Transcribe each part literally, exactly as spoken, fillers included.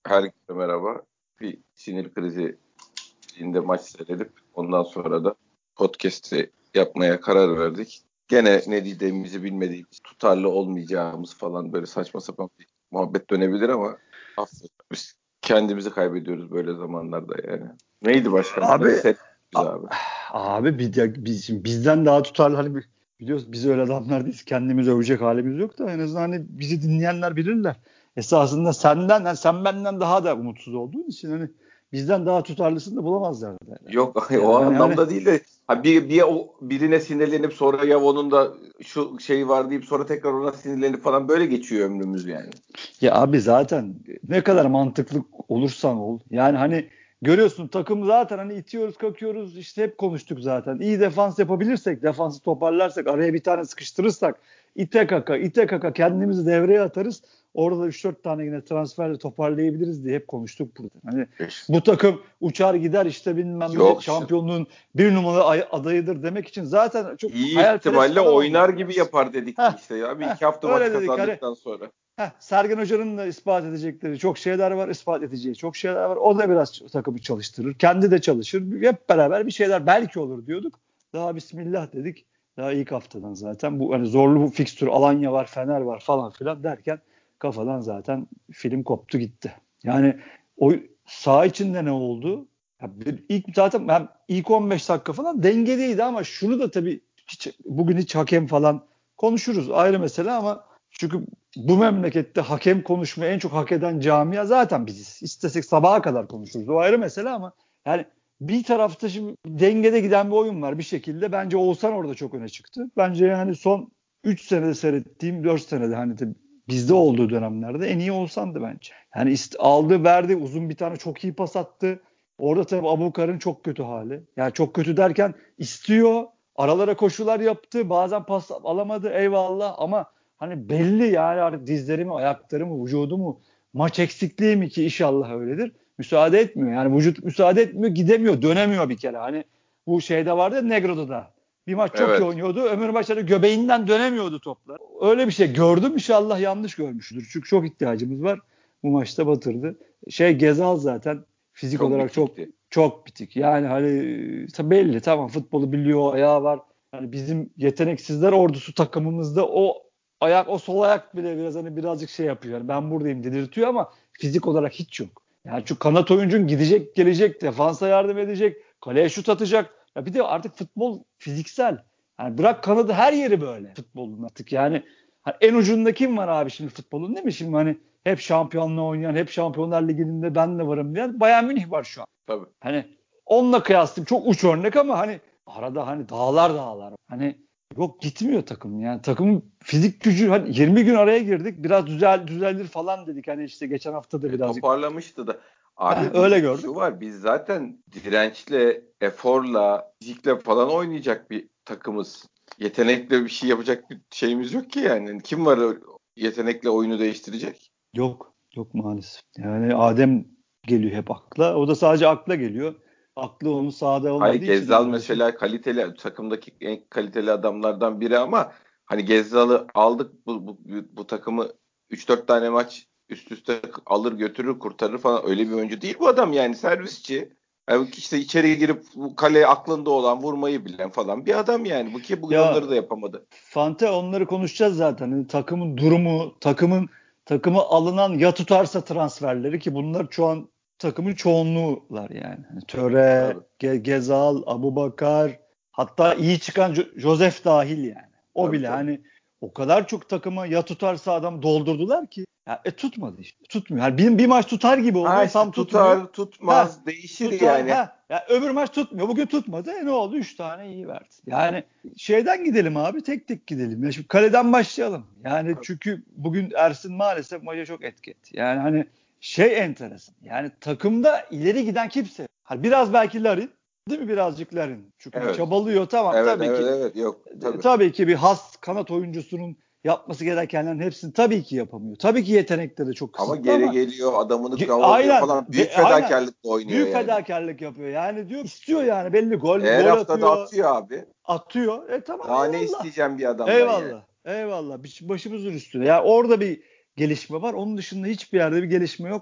Herkese merhaba. Bir sinir krizi içinde maç seyredip ondan sonra da podcast'i yapmaya karar verdik. Gene ne diyeceğimizi bilmediğimiz, tutarlı olmayacağımız falan böyle saçma sapan bir muhabbet dönebilir ama aslında biz kendimizi kaybediyoruz böyle zamanlarda yani. Neydi başkan? Abi, Biz abi. Abi biz, biz, şimdi bizden daha tutarlı hani biliyoruz biz öyle adamlar değiliz. Kendimizi övecek halimiz yok da en azından hani bizi dinleyenler bilirler. Esasında senden yani sen benden daha da umutsuz olduğun için hani bizden daha tutarlısını da bulamazlar. Yani. Yok Yani o hani, anlamda hani, değil de ha, bir, bir o birine sinirlenip sonra ya onun da şu şey var deyip sonra tekrar ona sinirlenip falan böyle geçiyor ömrümüz yani. Ya abi zaten ne kadar mantıklı olursan ol. Yani hani görüyorsun takım zaten hani itiyoruz kakıyoruz işte hep konuştuk zaten. İyi defans yapabilirsek, defansı toparlarsak, araya bir tane sıkıştırırsak ite kaka ite kaka kendimizi devreye atarız. Orada da üç dört tane yine transferle toparlayabiliriz diye hep konuştuk burada. Hani bu takım uçar gider işte bilmem ne Yok şu şampiyonluğun bir numaralı adayıdır demek için zaten çok iyi hayalperest ihtimalle falan oynar olmak gibi lazım. yapar dedik Heh, işte ya. Bir heh, iki hafta maç öyle dedik hani kazandıktan sonra. heh, Sergen Hoca'nın da ispat edecekleri çok şeyler var, ispat edeceği çok şeyler var. O da biraz takımı çalıştırır. Kendi de çalışır. Hep beraber bir şeyler belki olur diyorduk. Daha bismillah dedik. Daha ilk haftadan zaten bu hani zorlu bu fikstür Alanya var, Fener var falan filan derken kafadan zaten film koptu gitti. Yani o saha içinde ne oldu? Ya bir, ilk zaten ben ilk on beş dakika falan dengeliydi ama şunu da tabii hiç, bugün hiç hakem falan konuşuruz ayrı mesele ama çünkü bu memlekette hakem konuşmayı en çok hak eden camia zaten biziz. İstesek sabaha kadar konuşuruz. O ayrı mesele ama yani bir tarafta şimdi dengede giden bir oyun var bir şekilde. Bence Oğuzhan orada çok öne çıktı. Bence yani son üç senede seyrettiğim dört senede hani de bizde olduğu dönemlerde en iyi Oğuzhan'dı bence. Yani ist- aldı verdi uzun bir tane çok iyi pas attı. Orada tabii Abubakar'ın çok kötü hali. Yani çok kötü derken istiyor. Aralara koşular yaptı. Bazen pas alamadı eyvallah ama hani belli yani artık dizleri mi, ayakları mı, vücudu mu, maç eksikliği mi ki inşallah öyledir. Müsaade etmiyor. Yani vücut müsaade etmiyor, gidemiyor, dönemiyor bir kere. Hani bu şeyde vardı ya Negro'da da. Bir maç çok iyi Evet. oynuyordu. Ömür maçları göbeğinden dönemiyordu toplar. Öyle bir şey gördüm inşallah yanlış görmüştür. Çünkü çok ihtiyacımız var. Bu maçta batırdı. Şey Gezal zaten fizik Çok olarak çok bitikti. çok bitik. Yani hani belli tamam futbolu biliyor, ayağı var. Hani bizim yeteneksizler ordusu takımımızda o ayak o sol ayak bile biraz hani birazcık şey yapıyor. Yani ben buradayım dedirtiyor ama fizik olarak hiç yok. Yani şu kanat oyuncun gidecek, gelecek, defansa yardım edecek, kaleye şut atacak. Ya bir de artık futbol fiziksel. Yani bırak kanadı her yeri böyle futbolun artık. Yani hani en ucunda kim var abi şimdi futbolun değil mi? Şimdi hani hep şampiyonluğa oynayan, hep Şampiyonlar Ligi'nde ben de varım diyen Bayern Münih var şu an. Tabii. Hani onunla kıyaslayayım çok uç örnek ama hani arada hani dağlar dağlar. Hani yok gitmiyor takım. Yani takımın fizik gücü hani yirmi gün araya girdik. Biraz düzel düzelir falan dedik. Hani işte geçen hafta da E, birazcık toparlamıştı da. heh, Abi öyle biz gördük. şu var. Biz zaten dirençle, eforla, fizikle falan oynayacak bir takımız. Yetenekle bir şey yapacak bir şeyimiz yok ki yani. Kim var o yetenekle oyunu değiştirecek? Yok. Yok maalesef. Yani Adem geliyor hep akla. O da sadece akla geliyor. Aklı onun sahada Hayır olmadığı için Gezzal olmadığı için. mesela kaliteli takımdaki en kaliteli adamlardan biri ama hani Gezzal'ı aldık bu, bu, bu takımı üç dört tane maç üst üste alır götürür kurtarır falan öyle bir oyuncu değil bu adam yani servisçi. Yani işte içeri girip bu kaleye aklında olan vurmayı bilen falan bir adam yani. Bu ki bugün Ya onları da yapamadı. Fante onları konuşacağız zaten. Yani takımın durumu, takımın takımı alınan ya tutarsa transferleri ki bunlar şu an takımın çoğunluğular yani. Hani Töre, Tabii. Ge- Gezal, Abubakar hatta iyi çıkan Jo- Josef dahil yani. O Tabii bile tabii. hani o kadar çok takıma ya tutarsa adam doldurdular ki. Ya, e tutmadı işte. Tutmuyor. Yani bir, bir maç tutar gibi Ha oluyor. işte Tam tutmuyor. tutar Ha tutmaz değişir tutar. yani. Ha ya öbür maç tutmuyor. Bugün tutmadı. E ne oldu? Üç tane iyi verdi. Yani şeyden gidelim abi tek tek gidelim. Ya şimdi kaleden başlayalım. Yani çünkü bugün Ersin maalesef maça çok etki etti. Yani hani şey enteresan. Yani takımda ileri giden kimse. Hani biraz belki Larin değil mi birazcık Larin? Çünkü Evet. çabalıyor tamam Evet tabii evet ki. evet yok E, tabii. tabii ki bir has kanat oyuncusunun yapması gerekenlerin hepsini tabii ki yapamıyor. Tabii ki yetenekleri çok Ama kısıtlı geri ama geliyor adamını ge- kavalıyor aynen falan. Büyük be, aynen fedakarlıkla oynuyor büyük yani. fedakarlık yapıyor. Yani diyor istiyor yani belli gol Her gol haftada atıyor atıyor abi. atıyor. E tamam Daha ne eyvallah. isteyeceğim bir adamdan yani. Eyvallah. Eyvallah. Başımızın üstüne. Ya orada bir gelişme var. Onun dışında hiçbir yerde bir gelişme yok.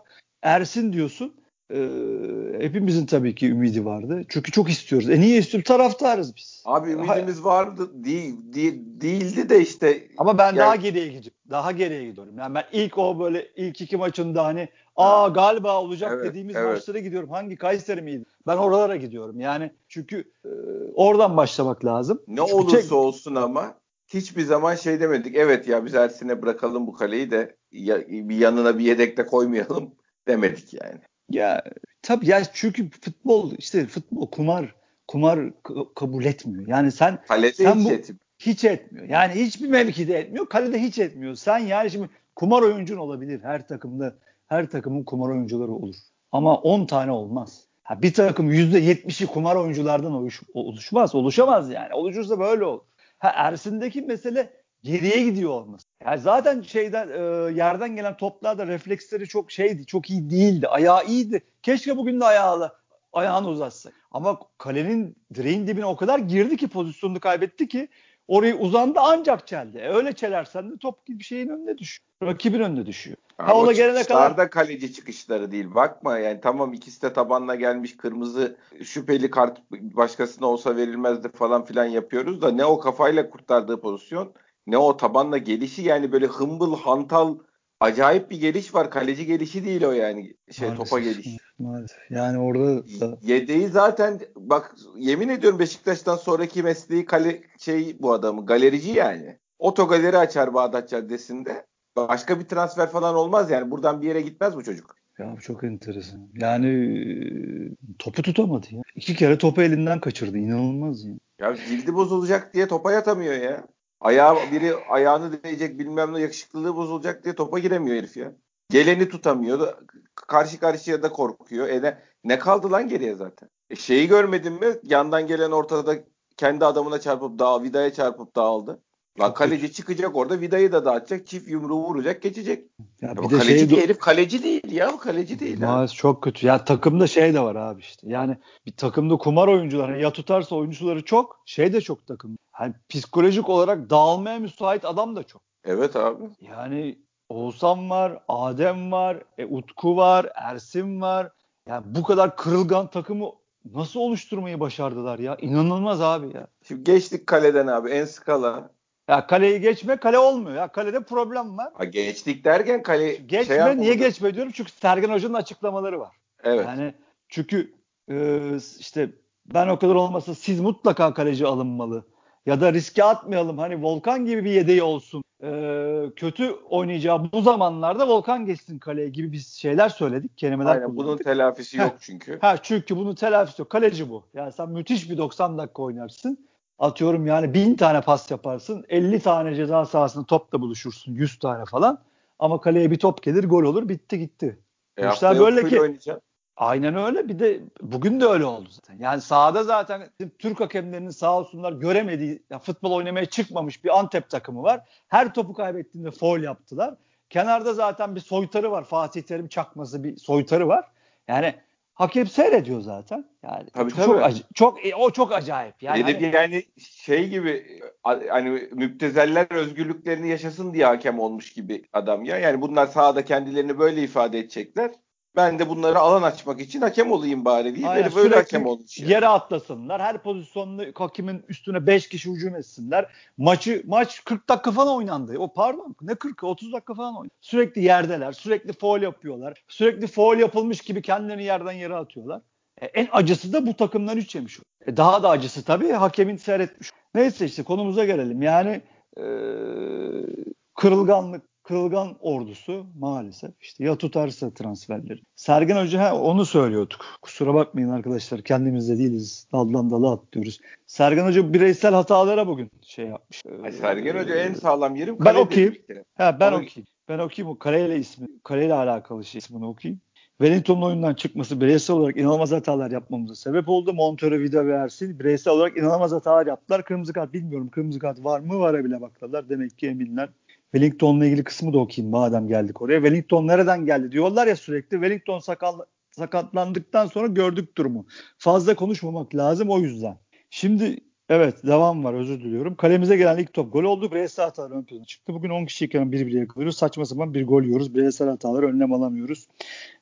Ersin diyorsun. Ee, hepimizin tabii ki ümidi vardı. Çünkü çok istiyoruz. E niye istiyoruz? Taraftarız biz. Abi Ha- ümidimiz vardı değil, değil değildi de işte Ama ben daha yani, geriye gidiyorum. Daha geriye gidiyorum. Yani ben ilk o böyle ilk iki maçında hani aa ha, galiba olacak evet dediğimiz evet. maçlara gidiyorum. Hangi Kayseri miydi? Ben oralara gidiyorum. Yani çünkü e, oradan başlamak lazım. Ne Çünkü tek olursa olsun ama hiçbir zaman şey demedik. Evet ya biz Ersin'e bırakalım bu kaleyi de ya, bir yanına bir yedek de koymayalım demedik yani. ya tabii ya çünkü futbol işte futbol kumar kumar k- kabul etmiyor. Yani sen Kalede sen hiç bu yetim. hiç etmiyor. Yani hiçbir mevkide etmiyor. Kalede hiç etmiyor. Sen yani şimdi kumar oyuncun olabilir. Her takımda her takımın kumar oyuncuları olur. Ama on tane olmaz. Ha, bir takım yüzde yetmişi kumar oyunculardan oluş, oluşmaz. Oluşamaz yani. Oluşursa böyle olur. Ha, Ersin'deki mesele geriye gidiyor olması. Yani zaten şeyden e, yerden gelen toplarda refleksleri çok şeydi, çok iyi değildi. Ayağı iyiydi. Keşke bugün de ayağıyla ayağını uzatsa. Ama kalenin direğin dibine o kadar girdi ki pozisyonunu kaybetti ki orayı uzandı ancak çeldi. E, öyle çelersen de top bir şeyin önüne düşüyor. Rakibin önüne düşüyor. Ha Abi o ona gelene kadar çıkışlarda kaleci çıkışları değil. Bakma yani tamam ikisi de tabanla gelmiş kırmızı şüpheli kart başkasına olsa verilmezdi falan filan yapıyoruz da ne o kafayla kurtardığı pozisyon ne o tabanla gelişi yani böyle hımbıl hantal acayip bir geliş var. Kaleci gelişi değil o yani şey topa maalesef geliş. maalesef. Yani orada da Yedeği zaten bak yemin ediyorum Beşiktaş'tan sonraki mesleği kale şey bu adamı galerici yani. Otogaleri açar Bağdat Caddesi'nde. Başka bir transfer falan olmaz yani. Buradan bir yere gitmez bu çocuk. ya çok enteresan. Yani e, topu tutamadı ya. İki kere topu elinden kaçırdı. İnanılmaz ya. Ya cildi bozulacak diye topa yatamıyor ya. Ayağı biri ayağını değecek bilmem ne yakışıklılığı bozulacak diye topa giremiyor herif ya. Geleni tutamıyor da karşı karşıya da korkuyor. E ne, ne kaldı lan geriye zaten? E şeyi görmedin mi? Yandan gelen ortada kendi adamına çarpıp dağ, vidaya çarpıp dağıldı. Lan Çok kötü. kaleci çıkacak orada vidayı da dağıtacak. Çift yumruğu vuracak geçecek. Ya Ya bir bu de şey kaleci değil herif kaleci değil ya bu kaleci değil ha. maalesef çok kötü. Ya takımda şey de var abi işte. Yani bir takımda kumar oyuncuları ya tutarsa oyuncuları çok, şey de çok takım. Hani psikolojik olarak dağılmaya müsait adam da çok. Evet abi. Yani Oğuzhan var, Adem var, e, Utku var, Ersin var. Yani bu kadar kırılgan takımı nasıl oluşturmayı başardılar ya? İnanılmaz abi ya. Şimdi geçtik kaleden abi en skala. Ya kaleyi geçme, kale olmuyor. Ya kalede problem var. Ha, geçtik derken kale Şu şey geçme, niye anlamında. geçme diyorum? Çünkü Sergen Hoca'nın açıklamaları var. Evet. Yani çünkü e, işte ben o kadar olmasa siz mutlaka kaleci alınmalı. Ya da riske atmayalım. Hani Volkan gibi bir yedeği olsun. E, kötü oynayacağı bu zamanlarda Volkan geçsin kaleye gibi biz şeyler söyledik. Kelimeler Aynen bunun kullandık. telafisi Heh. yok çünkü. Ha, çünkü bunun telafisi yok. Kaleci bu. Yani sen müthiş bir doksan dakika oynarsın. Atıyorum yani bin tane pas yaparsın. elli tane ceza sahasında topla buluşursun. yüz tane falan. Ama kaleye bir top gelir, gol olur, bitti gitti. E Bu işler haftaya böyle Utku'yla ki oynayacağım. aynen öyle. Bir de bugün de öyle oldu zaten. Yani sahada zaten bizim Türk hakemlerinin sağ olsunlar göremediği, ya futbol oynamaya çıkmamış bir Antep takımı var. Her topu kaybettiğinde faul yaptılar. Kenarda zaten bir soytarı var. Fatih Terim çakması bir soytarı var. Yani hakem seyrediyor zaten. Yani Tabii çok çok tabii. ac- çok e, o çok acayip. Yani Herif hani yani şey gibi a- hani müptezeller özgürlüklerini yaşasın diye hakem olmuş gibi adam ya. Yani bunlar sahada kendilerini böyle ifade edecekler. Ben de bunları alan açmak için hakem olayım bari deyip aynen herif öyle hakem sürekli olmuş yani. yere atlasınlar. Her pozisyonda hakimin üstüne beş kişi hücum etsinler. Maçı maç kırk dakika falan oynandı. O pardon ne kırkı otuz dakika falan oynandı. Sürekli yerdeler. Sürekli faul yapıyorlar. Sürekli faul yapılmış gibi kendilerini yerden yere atıyorlar. E, en acısı da bu takımdan üç yemiş. E, daha da acısı tabii hakemin seyretmiş. Neyse işte konumuza gelelim. Yani e, kırılganlık, kırılgan ordusu maalesef işte ya tutarsa transferleri. Sergen Hoca ha, onu söylüyorduk. Kusura bakmayın arkadaşlar kendimiz de değiliz. Daldan dala atlıyoruz. Sergen Hoca bireysel hatalara bugün şey yapmış. Ee, Ay Sergen Hoca en sağlam yerim ben kale dedi okuyayım. bir kere. Ha, ben Onu okuyayım. Ben okuyayım o kaleyle ismi, kaleyle alakalı şey ismini okuyayım. Wellington'un oyundan çıkması bireysel olarak inanılmaz hatalar yapmamıza sebep oldu. Montero, Vida ve Ersin bireysel olarak inanılmaz hatalar yaptılar. Kırmızı kart bilmiyorum. Kırmızı kart var mı? Var'a bile baktılar. Demek ki eminler. Wellington'la ilgili kısmı da okuyayım madem geldik oraya. Wellington nereden geldi diyorlar ya sürekli. Wellington sakal, sakatlandıktan sonra gördük durumu. Fazla konuşmamak lazım o yüzden. Şimdi evet devam var özür diliyorum. Kalemize gelen ilk top gol oldu. Bireysel hatalar ön plana çıktı. Bugün on kişiyken birbirine yakalıyoruz. Saçma sapan bir gol yiyoruz. Bireysel hataları önlem alamıyoruz.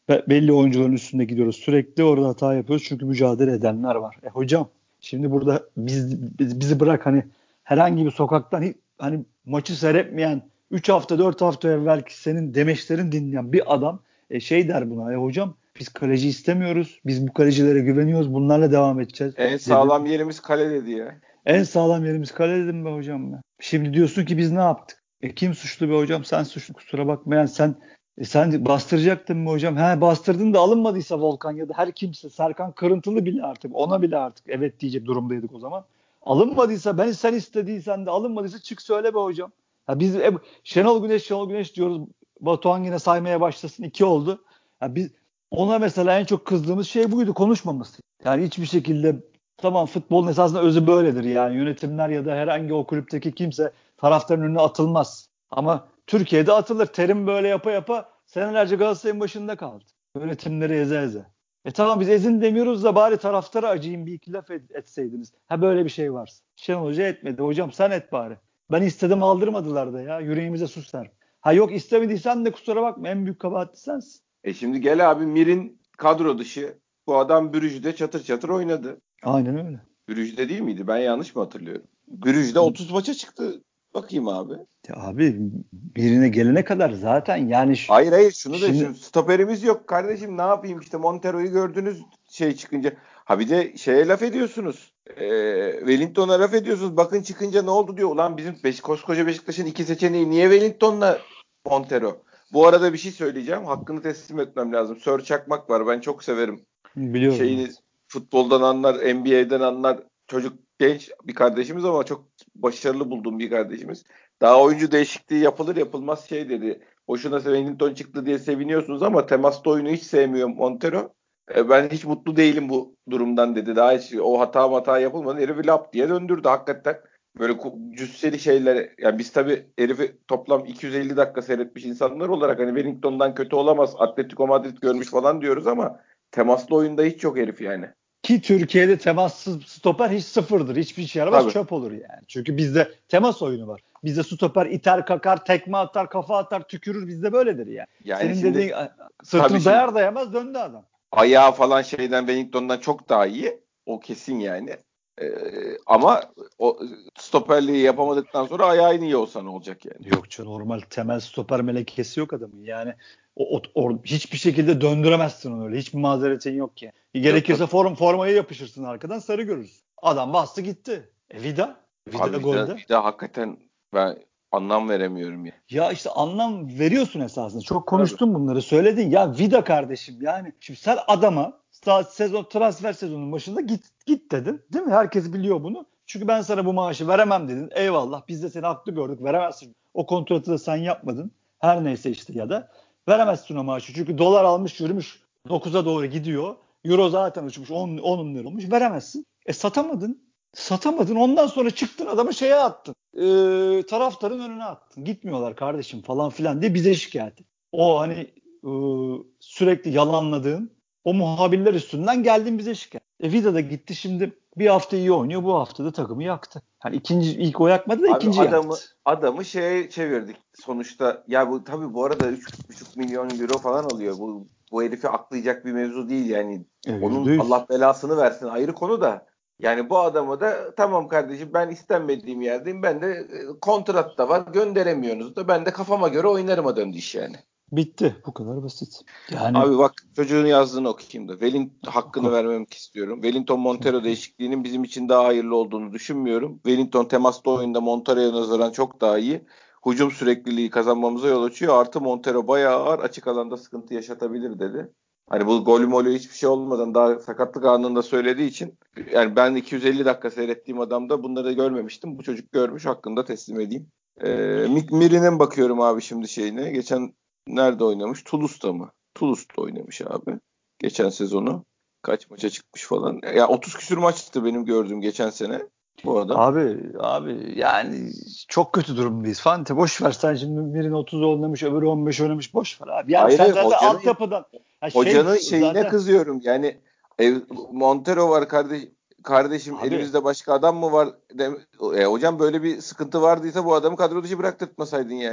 be- belli oyuncuların üstünde gidiyoruz. Sürekli orada hata yapıyoruz çünkü mücadele edenler var. E hocam şimdi burada biz, biz- bizi bırak hani herhangi bir sokaktan hi- hani maçı seyretmeyen üç hafta dört hafta evvelki senin demeçlerin dinleyen bir adam e, şey der buna. E hocam biz kaleci istemiyoruz. Biz bu kalecilere güveniyoruz. Bunlarla devam edeceğiz En dedi. sağlam yerimiz kale dedi ya. En sağlam yerimiz kale dedim be hocam ben. Şimdi diyorsun ki biz ne yaptık? E kim suçlu be hocam? Sen suçlu, kusura bakma. Yani sen e sen bastıracaktın mı hocam? He bastırdın da alınmadıysa Volkan ya da her kimse, Serkan Kırıntılı bile artık, ona bile artık evet diyecek durumdaydık o zaman. Alınmadıysa, ben sen istediysen de, alınmadıysa çık söyle be hocam. Ya biz e, Şenol Güneş Şenol Güneş diyoruz. Batuhan yine saymaya başlasın. İki oldu. Ya biz ona mesela en çok kızdığımız şey buydu, konuşmaması. Yani hiçbir şekilde, tamam futbolun esasında özü böyledir yani, yönetimler ya da herhangi o kulüpteki kimse taraftarın önüne atılmaz. Ama Türkiye'de atılır. Terim böyle yapa yapa senelerce Galatasaray'ın başında kaldı. Yönetimleri eze eze. E tamam biz ezin demiyoruz da bari taraftara acıyın, bir iki laf et, etseydiniz. Ha böyle bir şey varsa. Şenol Hoca etmedi. Hocam sen et bari. Ben istedim aldırmadılar da ya. Yüreğimize su ser. Ha yok istemediysen de kusura bakma, en büyük kabahatli sensin. E şimdi gel abi, Mir'in kadro dışı. Bu adam Brugge'de çatır çatır oynadı. Aynen öyle. Brugge'de değil miydi? Ben yanlış mı hatırlıyorum? Brugge'de otuz maça çıktı. Bakayım abi. Ya abi birine gelene kadar zaten yani ş- Hayır hayır, şunu da şimdi şimdi stoperimiz yok kardeşim, ne yapayım işte, Montero'yu gördünüz şey çıkınca. Ha bir de şeye laf ediyorsunuz. E, Wellington'a laf ediyorsunuz. Bakın çıkınca ne oldu diyor. Ulan bizim beş, koskoca Beşiktaş'ın iki seçeneği niye Wellington'la Montero? Bu arada bir şey söyleyeceğim. Hakkını teslim etmem lazım. Sör Çakmak var. Ben çok severim. biliyorum Şeyini, evet. futboldan anlar, N B A'den anlar. Çocuk, genç bir kardeşimiz ama çok başarılı bulduğum bir kardeşimiz. Daha oyuncu değişikliği yapılır yapılmaz şey dedi. Boşuna Wellington çıktı diye seviniyorsunuz ama temasta oyunu hiç sevmiyor Montero. E, ben hiç mutlu değilim bu durumdan dedi. Daha hiç o hata hata yapılmadı. Herifi lap diye döndürdü hakikaten. Böyle cüsseli şeyler. Yani biz tabii herifi toplam iki yüz elli dakika seyretmiş insanlar olarak hani Wellington'dan kötü olamaz, Atletico Madrid görmüş falan diyoruz ama temaslı oyunda hiç yok herif yani. Ki Türkiye'de temassız stoper hiç sıfırdır. Hiçbir şey yaramaz, Tabii. çöp olur yani. Çünkü bizde temas oyunu var. Bizde stoper iter kakar, tekme atar, kafa atar, tükürür. Bizde böyledir yani. Yani Senin şimdi dediğin tabii sırtını şimdi dayar dayamaz döndü adam. ayağı falan şeyden, Wellington'dan çok daha iyi. O kesin yani. Ee, ama o stoperliği yapamadıktan sonra ayağın iyi olsa ne olacak yani? Yok canım, normal temel stoper melekesi yok adamın. Yani o, o, o- hiçbir şekilde döndüremezsin onu öyle. Hiçbir mazeretin yok ki. Yok Gerekirse yok. form formayı yapışırsın arkadan, sarı görürsün. Adam bastı gitti. E Vida. Vida Abi bir de, golde. bir de hakikaten ben anlam veremiyorum ya. Ya işte anlam veriyorsun esasında. Çok Tabii. konuştun bunları, söyledin. Ya Vida kardeşim yani. Şimdi sen adama daha sezon, transfer sezonunun başında git git dedin. Değil mi? Herkes biliyor bunu. Çünkü ben sana bu maaşı veremem dedin. Eyvallah. Biz de seni haklı gördük. Veremezsin. O kontratı da sen yapmadın. Her neyse işte, ya da veremezsin o maaşı. Çünkü dolar almış yürümüş dokuza doğru gidiyor. Euro zaten uçmuş on, on lira olmuş. Veremezsin. E satamadın. Satamadın. Ondan sonra çıktın adamı şeye attın. Ee, taraftarın önüne attın. Gitmiyorlar kardeşim falan filan diye bize şikayet. O hani e, sürekli yalanladığın o muhabirler üstünden geldin bize şikayet. E Vida da gitti şimdi, bir hafta iyi oynuyor, bu hafta da takımı yaktı. Hani ikinci, ilk o yakmadı da Abi ikinci yaktı. adamı adamı şeye çevirdik sonuçta. Ya bu tabii bu arada üç buçuk milyon euro falan alıyor. Bu bu herifi aklayacak bir mevzu değil yani. E, yüzde Onun yüz. Allah belasını versin, ayrı konu da. Yani bu adamı da tamam kardeşim, ben istenmediğim yerdeyim. Ben de e, kontrat da var, gönderemiyorsunuz da ben de kafama göre oynarıma döndü iş yani. Bitti. Bu kadar basit. Yani Abi bak, çocuğun yazdığını okuyayım da. Wellington hakkını vermemek istiyorum. Wellington Montero değişikliğinin bizim için daha hayırlı olduğunu düşünmüyorum. Wellington temaslı oyunda Montero'ya nazaran çok daha iyi. Hücum sürekliliği kazanmamıza yol açıyor. Artı Montero bayağı ağır, açık alanda sıkıntı yaşatabilir dedi. Hani bu golü molü hiçbir şey olmadan daha sakatlık anında söylediği için, yani ben iki yüz elli dakika seyrettiğim adamda bunları görmemiştim. Bu çocuk görmüş, hakkında teslim edeyim. Ee, Miri'nin bakıyorum abi şimdi şeyine. Geçen nerede oynamış? Toulouse'da mı? Toulouse'da oynamış abi. Geçen sezonu. Kaç maça çıkmış falan. Ya otuz küsür maçtı benim gördüğüm geçen sene bu adam. abi abi yani çok kötü durumdayız. Fante boş ver, sen şimdi birinin otuz oynamış, öbürü on beş oynamış, boş ver abi. Yani Hayır sen hayır, zaten hocanın altyapıdan ha şey hocanın şeyine zaten kızıyorum. Yani ev, Montero var kardeş, kardeşim, abi elimizde başka adam mı var? De, e, hocam böyle bir sıkıntı vardıysa bu adamı kadro dışı bıraktırtmasaydın yani.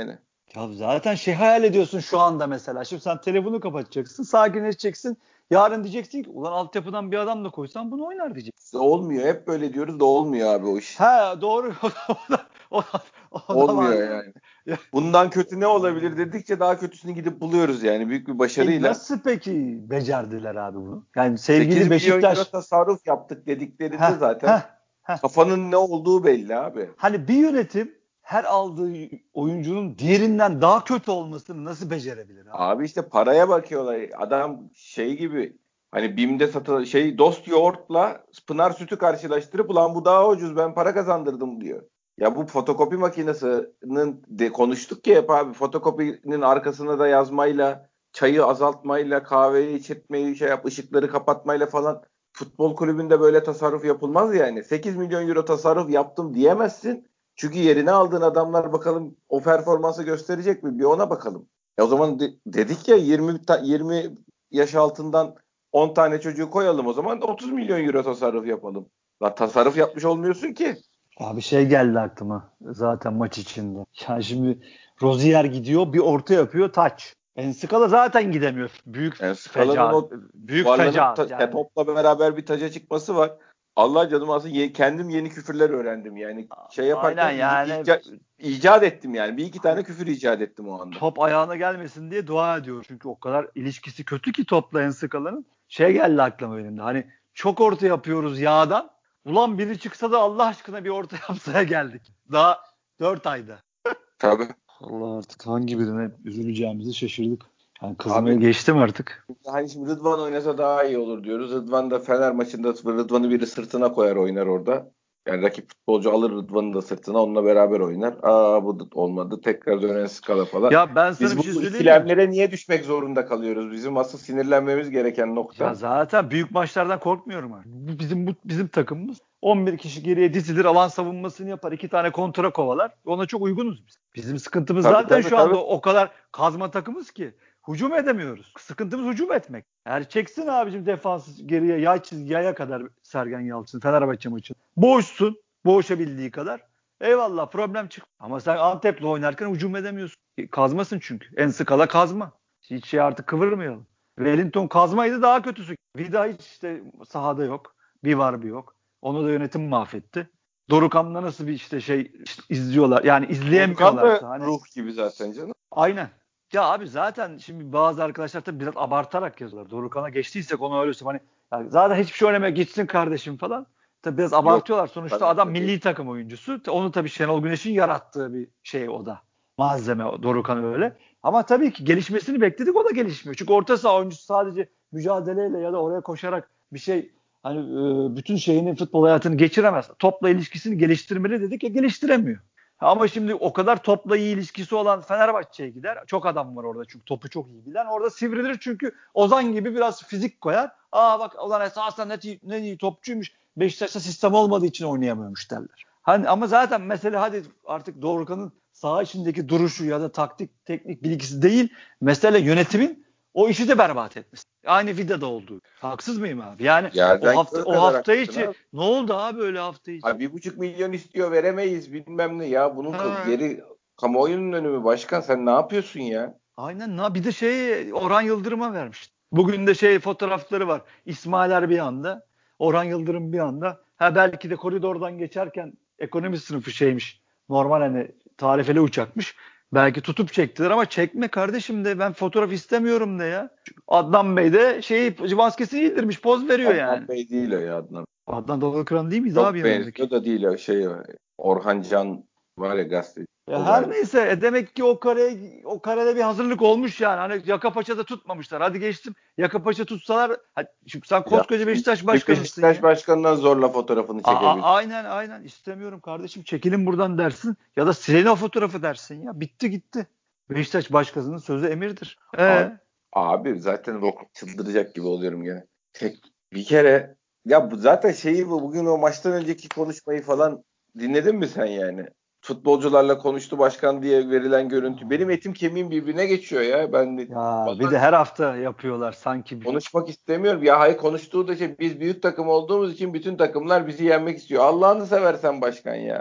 Ya zaten şey hayal ediyorsun şu anda mesela. Şimdi sen telefonu kapatacaksın, sakinleşeceksin. Yarın diyeceksin ki ulan altyapıdan bir adam da koysan bunu oynar diyeceksin. Olmuyor. Hep böyle diyoruz da olmuyor abi o iş. Ha doğru. O da, o da, o da var. Olmuyor yani. Bundan kötü ne olabilir dedikçe daha kötüsünü gidip buluyoruz yani büyük bir E başarıyla. nasıl peki becerdiler abi bunu? Yani sekiz sevgili milyon euro Beşiktaş. tasarruf yaptık dediklerinde Heh, zaten heh, heh. kafanın ne olduğu belli abi. Hani bir yönetim her aldığı oyuncunun diğerinden daha kötü olmasını nasıl becerebilir abi? Abi işte paraya bakıyorlar. Adam şey gibi hani BİM'de satılan şey dost yoğurtla Pınar sütü karşılaştırıp ulan bu daha ucuz ben para kazandırdım diyor. Ya bu fotokopi makinesinin de konuştuk ya hep abi fotokopinin arkasına da yazmayla çayı azaltmayla kahveyi içirtmeyi şey yap ışıkları kapatmayla falan futbol kulübünde böyle tasarruf yapılmaz yani. sekiz milyon euro tasarruf yaptım diyemezsin. Çünkü yerine aldığın adamlar bakalım o performansı gösterecek mi? Bir ona bakalım. E o zaman de- dedik ya yirmi ta- yirmi yaş altından on tane çocuğu koyalım o zaman otuz milyon euro tasarruf yapalım. Lan tasarruf yapmış olmuyorsun ki. Abi şey geldi aklıma zaten maç içinde. Yani şimdi Rozier gidiyor bir orta yapıyor taç. Enskala zaten gidemiyor. Büyük Yani Scala'nın fecaat. o Büyük yuvarlanıp fecaat ta- ya yani. topla beraber bir taca çıkması var. Allah canım aslında ye- kendim yeni küfürler öğrendim yani. Şey Aynen yaparken i- yani ica- icat ettim yani. Bir iki hani tane küfür icat ettim o anda. top ayağına gelmesin diye dua ediyor. Çünkü o kadar ilişkisi kötü ki topla Enskalanın. Şey geldi aklıma benim de. Hani çok orta yapıyoruz yağdan. Ulan biri çıksa da Allah aşkına bir orta yapsaya geldik. Daha dört ayda. Tabii. Allah artık hangi birine üzüleceğimizi şaşırdık. Yani kızmayı Abi geçtim artık. hani şimdi Rıdvan oynasa daha iyi olur diyoruz. Rıdvan da Fener maçında Rıdvan'ı biri sırtına koyar oynar orada. Yani rakip futbolcu alır Rıdvan'ı da sırtına onunla beraber oynar. Aa bu da olmadı. Tekrar dönen skala falan. Ya ben sana Biz bir şey bu söyleyeyim mi? ikilemlere niye düşmek zorunda kalıyoruz? Bizim asıl sinirlenmemiz gereken Ya nokta. zaten büyük maçlardan korkmuyorum artık. Bu Bizim bu bizim takımımız on bir kişi geriye dizilir, alan savunmasını yapar, iki tane kontra kovalar. Ona çok uygunuz biz. Bizim sıkıntımız Tabii zaten tabii şu anda tabii. o kadar kazma takımız ki hücum edemiyoruz. Sıkıntımız hücum etmek. Eğer çeksin abicim defansı geriye yay çizgi yaya kadar Sergen Yalçın Fenerbahçe maçı. Boğuşsun. Boğuşabildiği kadar. Eyvallah problem çık. Ama sen Antep'le oynarken hücum edemiyorsun. Kazmasın çünkü. En skala kazma. Hiç şey artık kıvırmayalım. Wellington kazmaydı daha kötüsü. Vida hiç işte sahada yok. Bir var bir yok. Onu da yönetim mahvetti. Dorukhan'da nasıl bir işte şey işte izliyorlar. Yani Volkan da izleyemiyorlarsa hani ruh gibi zaten canım. aynen. Ya abi zaten şimdi bazı arkadaşlar tabii biraz abartarak yazıyorlar. Dorukhan'a geçtiysek onu öyle söyleyeyim. Hani yani zaten hiçbir şey oynamaya gitsin kardeşim falan. Tabii biraz Yok abartıyorlar. bu Sonuçta kadar adam da değil. milli takım oyuncusu. Onu tabii Şenol Güneş'in yarattığı bir şey o da. Malzeme Dorukhan öyle. Ama tabii ki gelişmesini bekledik o da gelişmiyor. Çünkü orta saha oyuncusu sadece mücadeleyle ya da oraya koşarak bir şey hani e, bütün şeyini futbol hayatını geçiremez. Topla ilişkisini geliştirmeli dedik ya geliştiremiyor. Ama şimdi o kadar topla iyi ilişkisi olan Fenerbahçe'ye gider. Çok adam var orada çünkü topu çok iyi bilen. Orada sivrilir çünkü Ozan gibi biraz fizik koyar. Aa bak Ozan esasen ne, ne iyi topçuymuş. Beşiktaş'ta sistem olmadığı için oynayamıyormuş derler. Hani ama zaten mesele hadi artık Dorukhan'ın saha içindeki duruşu ya da taktik teknik bilgisi değil. Mesele yönetimin o işi de berbat etmesi. Aynı Vida'da olduğu. Haksız mıyım abi? Yani o Yerden hafta göğe o kadar hafta haklısın içi abi. ne oldu abi öyle hafta içi? Ha bir buçuk milyon istiyor veremeyiz bilmem ne ya. Bunun ka- Ha. geri kamuoyunun önü başkan sen ne yapıyorsun ya? Aynen. Na bir de şey Orhan Yıldırım'a vermiş. Bugün de şey fotoğrafları var. İsmailer bir anda, Orhan Yıldırım bir anda. Ha belki de koridordan geçerken ekonomi sınıfı şeymiş. Normal hani tarifeli uçakmış. Belki tutup çektiler ama çekme kardeşim de ben fotoğraf istemiyorum de ya. Adnan Bey de şeyi maskesini indirmiş poz veriyor Adnan yani. Bey değil o ya Adnan. Adnan Davalıkıran değil miydi abi Çok yanındaki? benziyor da değil o şey Orhan Can var ya gazeteci. Ya O her galiba. neyse e demek ki o kare o karede bir hazırlık olmuş yani. Hani Yakapaça'da tutmamışlar. Hadi geçtim. Yakapaça tutsalar hadi, çünkü sen Ya koskoca Beşiktaş bir başkanısın Beşiktaş ya. başkanından zorla fotoğrafını A- a- çekebilir. aynen aynen istemiyorum kardeşim. Çekilin buradan dersin ya da silin o fotoğrafı dersin ya. Bitti gitti. Beşiktaş başkanının sözü emirdir. Abi, E abi zaten rock çıldıracak gibi oluyorum gene. Tek bir kere ya bu zaten şeyi bu bugün o maçtan önceki konuşmayı falan dinledin mi sen yani? Futbolcularla konuştu başkan diye verilen görüntü. Benim etim kemiğim birbirine geçiyor ya. Ben de, ya bir vallahi de her hafta yapıyorlar sanki. konuşmak istemiyorum. Ya hayır konuştuğu da şey biz büyük takım olduğumuz için bütün takımlar bizi yenmek istiyor. Allah'ını seversen başkan ya.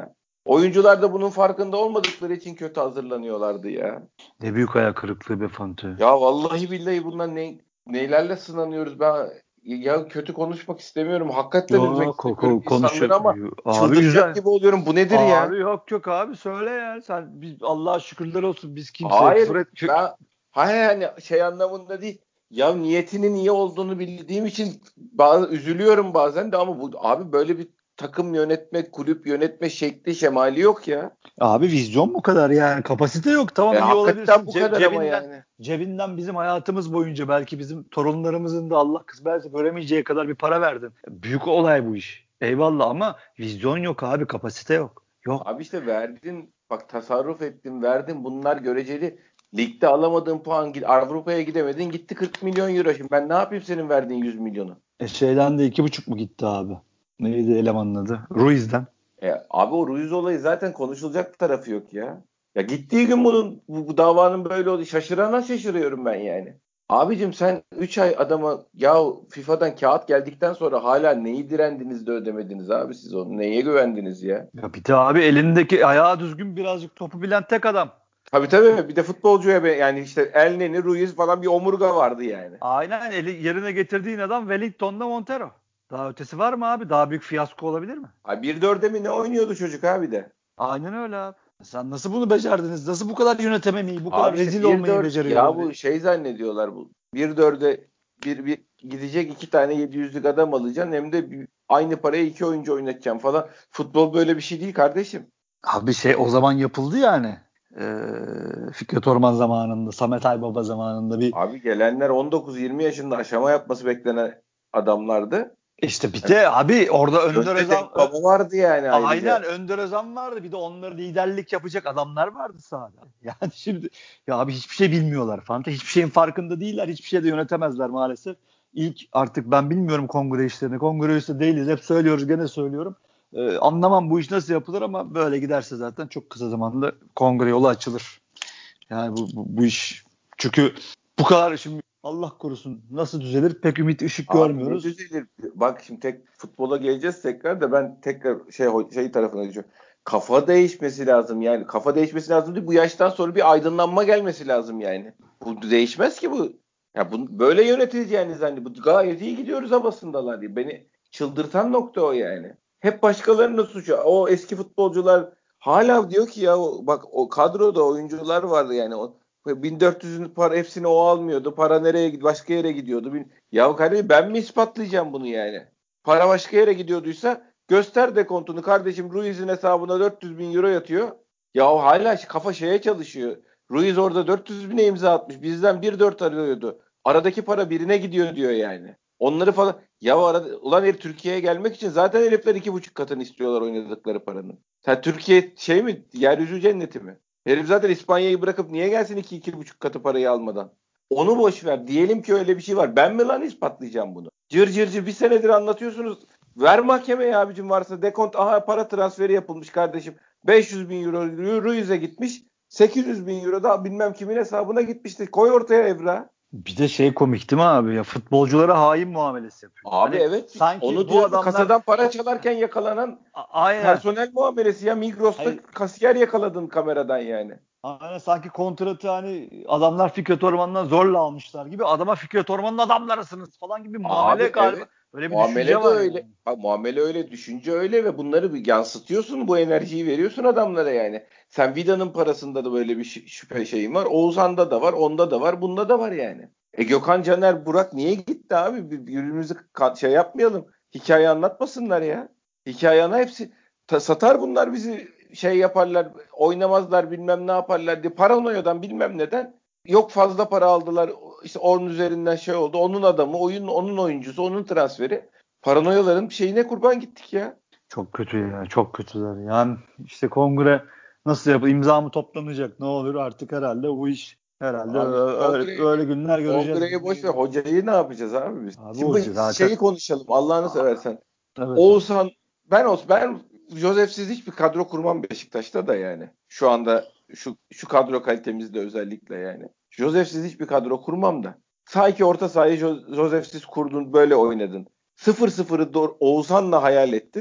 Oyuncular da bunun farkında olmadıkları için kötü hazırlanıyorlardı ya. Ne büyük hayal kırıklığı be Fante. Ya vallahi billahi bunlar ne neylerle sınanıyoruz. Ben ya kötü konuşmak istemiyorum. Hakikaten üzmek Yok istemiyorum ko- insanları konuşuyor. ama Abi çıldıracak güzel. gibi oluyorum. Bu nedir Abi ya? yok yok abi söyle ya. Sen biz Allah'a şükürler olsun biz kimseye Hayır küfür et. ben hayır hani şey anlamında değil. Ya niyetinin iyi olduğunu bildiğim için bazı üzülüyorum bazen de ama bu abi böyle bir takım yönetme, kulüp yönetme şekli şemali yok ya. Abi vizyon bu kadar yani kapasite yok E tamam iyi hakikaten olabilirsin bu Ce- kadar ama cebinden yani. cebinden bizim hayatımız boyunca belki bizim torunlarımızın da Allah kısmetse göremeyeceği kadar bir para verdin. Büyük olay bu iş. Eyvallah ama vizyon yok abi kapasite yok. Yok. Abi işte verdin bak tasarruf ettin verdin bunlar göreceli. Ligde alamadığın puan Avrupa'ya gidemedin gitti kırk milyon euro. Şimdi ben ne yapayım senin verdiğin yüz milyonu? E şeyden de iki buçuk mu gitti abi? Neydi elemanın adı? Ruiz'den. E, abi o Ruiz olayı zaten konuşulacak tarafı yok ya. Ya gittiği gün bunun bu, bu davanın böyle olduğu şaşırana şaşırıyorum ben yani. Abicim sen üç ay adama ya FIFA'dan kağıt geldikten sonra hala neyi direndiniz de ödemediniz abi siz onu? Neye güvendiniz ya? Ya bir de abi elindeki ayağı düzgün birazcık topu bilen tek adam. Tabii tabii bir de futbolcuya be, yani işte El Neni, Ruiz falan bir omurga vardı yani. Aynen eli yerine getirdiğin adam Wellington'da Montero. Daha ötesi var mı abi? Daha büyük fiyasko olabilir mi? Ay bir dörde mi ne oynuyordu çocuk abi de? Aynen öyle abi. Sen nasıl bunu becerdiniz? Nasıl bu kadar yönetememeyi, bu kadar Abi işte rezil bir olmayı dört ya beceriyorsunuz? bu şey zannediyorlar bu. Bir dörde bir, bir gidecek iki tane yedi yüzlük adam alacaksın hem de bir- aynı paraya iki oyuncu oynatacaksın falan. Futbol böyle bir şey değil kardeşim. Abi şey o zaman yapıldı yani. Ee, Fikret Orman zamanında, Samet Aybaba zamanında bir Abi gelenler on dokuz yirmi yaşında aşama yapması beklenen adamlardı. işte bir Yani de abi orada Önder önde Özan Demir Baba vardı yani aynen ayrıca. Önder Özan vardı. Bir de onları liderlik yapacak adamlar vardı sahada. Yani şimdi ya abi hiçbir şey bilmiyorlar. Fante hiçbir şeyin farkında değiller. Hiçbir şey de yönetemezler maalesef. İlk artık ben bilmiyorum kongre işlerini. Kongre üyesi değiliz. Hep söylüyoruz gene söylüyorum. Ee, anlamam bu iş nasıl yapılır ama böyle giderse zaten çok kısa zamanda kongre yolu açılır. Yani bu, bu, bu iş çünkü bu kadar şimdi Allah korusun nasıl düzelir pek ümit ışık Abi ne görmüyoruz. düzelir? Bak şimdi tek futbola geleceğiz tekrar da ben tekrar şey şey tarafına geçiyorum. Kafa değişmesi lazım yani. Kafa değişmesi lazım değil. Bu yaştan sonra bir aydınlanma gelmesi lazım yani. Bu değişmez ki bu. Ya bu böyle yönetileceğiniz hani bu gayet iyi gidiyoruz havasındalar diye. Beni çıldırtan nokta o yani. Hep başkalarının suçu. O eski futbolcular hala diyor ki ya o- bak o kadroda oyuncular vardı yani. O bin dört yüzün para hepsini o almıyordu. Para nereye gidiyor? Başka yere gidiyordu. Ya kardeşim ben mi ispatlayacağım bunu yani? Para başka yere gidiyorduysa göster dekontunu kardeşim Ruiz'in hesabına dört yüz bin euro yatıyor. Ya hala kafa şeye çalışıyor. Ruiz orada dört yüz bine imza atmış. Bizden bir dört arıyordu. Aradaki para birine gidiyor diyor yani. Onları falan ya arada ulan herif Türkiye'ye gelmek için zaten herifler iki buçuk katını istiyorlar oynadıkları paranın. Sen Türkiye şey mi yeryüzü cenneti mi? Herif zaten İspanya'yı bırakıp niye gelsin iki iki buçuk katı parayı almadan? Onu boş ver. Diyelim ki öyle bir şey var. Ben mi lan ispatlayacağım bunu? Cır cır cır bir senedir anlatıyorsunuz. Ver mahkemeye abicim varsa dekont. Aha para transferi yapılmış kardeşim. beş yüz bin euro Ruiz'e gitmiş. sekiz yüz bin euro da bilmem kimin hesabına gitmişti. Koy ortaya evra. Bir de şey komik değil mi abi ya futbolculara hain muamelesi yapıyor. Abi Hani evet sanki onu bu diyorum adamlar kasadan para çalarken yakalanan A- aynen. personel muamelesi ya Migros'ta Hayır, kasiyer yakaladın kameradan yani. aynen sanki kontratı hani adamlar Fikret Orman'dan zorla almışlar gibi adama Fikret Orman'ın adamlarısınız falan gibi Abi muamele galiba. evet. Öyle bir düşünce Muamele de var öyle. yani. Bak, muamele öyle, düşünce öyle ve bunları bir yansıtıyorsun, bu enerjiyi veriyorsun adamlara yani. Sen Vida'nın parasında da böyle bir şü- şüphe şeyin var. Oğuzhan'da da var, onda da var, bunda da var yani. E Gökhan, Caner, Burak niye gitti abi? Bir- Birbirimizi ka- şey yapmayalım. Hikaye anlatmasınlar ya. Hikaye ana hepsi ta- satar bunlar bizi şey yaparlar, oynamazlar bilmem ne yaparlar diye paranoyadan bilmem neden. Yok fazla para aldılar. İşte onun üzerinden şey oldu. Onun adamı, oyun onun oyuncusu, onun transferi. Paranoyaların şeyine kurban gittik ya. Çok kötü ya. Çok kötüler. Yani işte kongre nasıl yapılır? İmza mı toplanacak? Ne olur artık herhalde bu iş herhalde Abi ö- öyle, kongre öyle günler göreceğiz kongreyi gibi boş ver. geliyor. Hocayı ne yapacağız abi biz? Abi Şimdi bu hoca zaten şeyi konuşalım. Allah'ını seversen. evet abi. Oğuzhan ben olsun ben Josef'siz hiçbir kadro kurmam Beşiktaş'ta da yani. Şu anda şu şu kadro kalitemizde özellikle yani. Josef'siz hiçbir kadro kurmam da. Sanki orta sahayı Jo- Josef'siz kurdun böyle oynadın. sıfır sıfırı doğru Oğuzhan'la hayal ettin.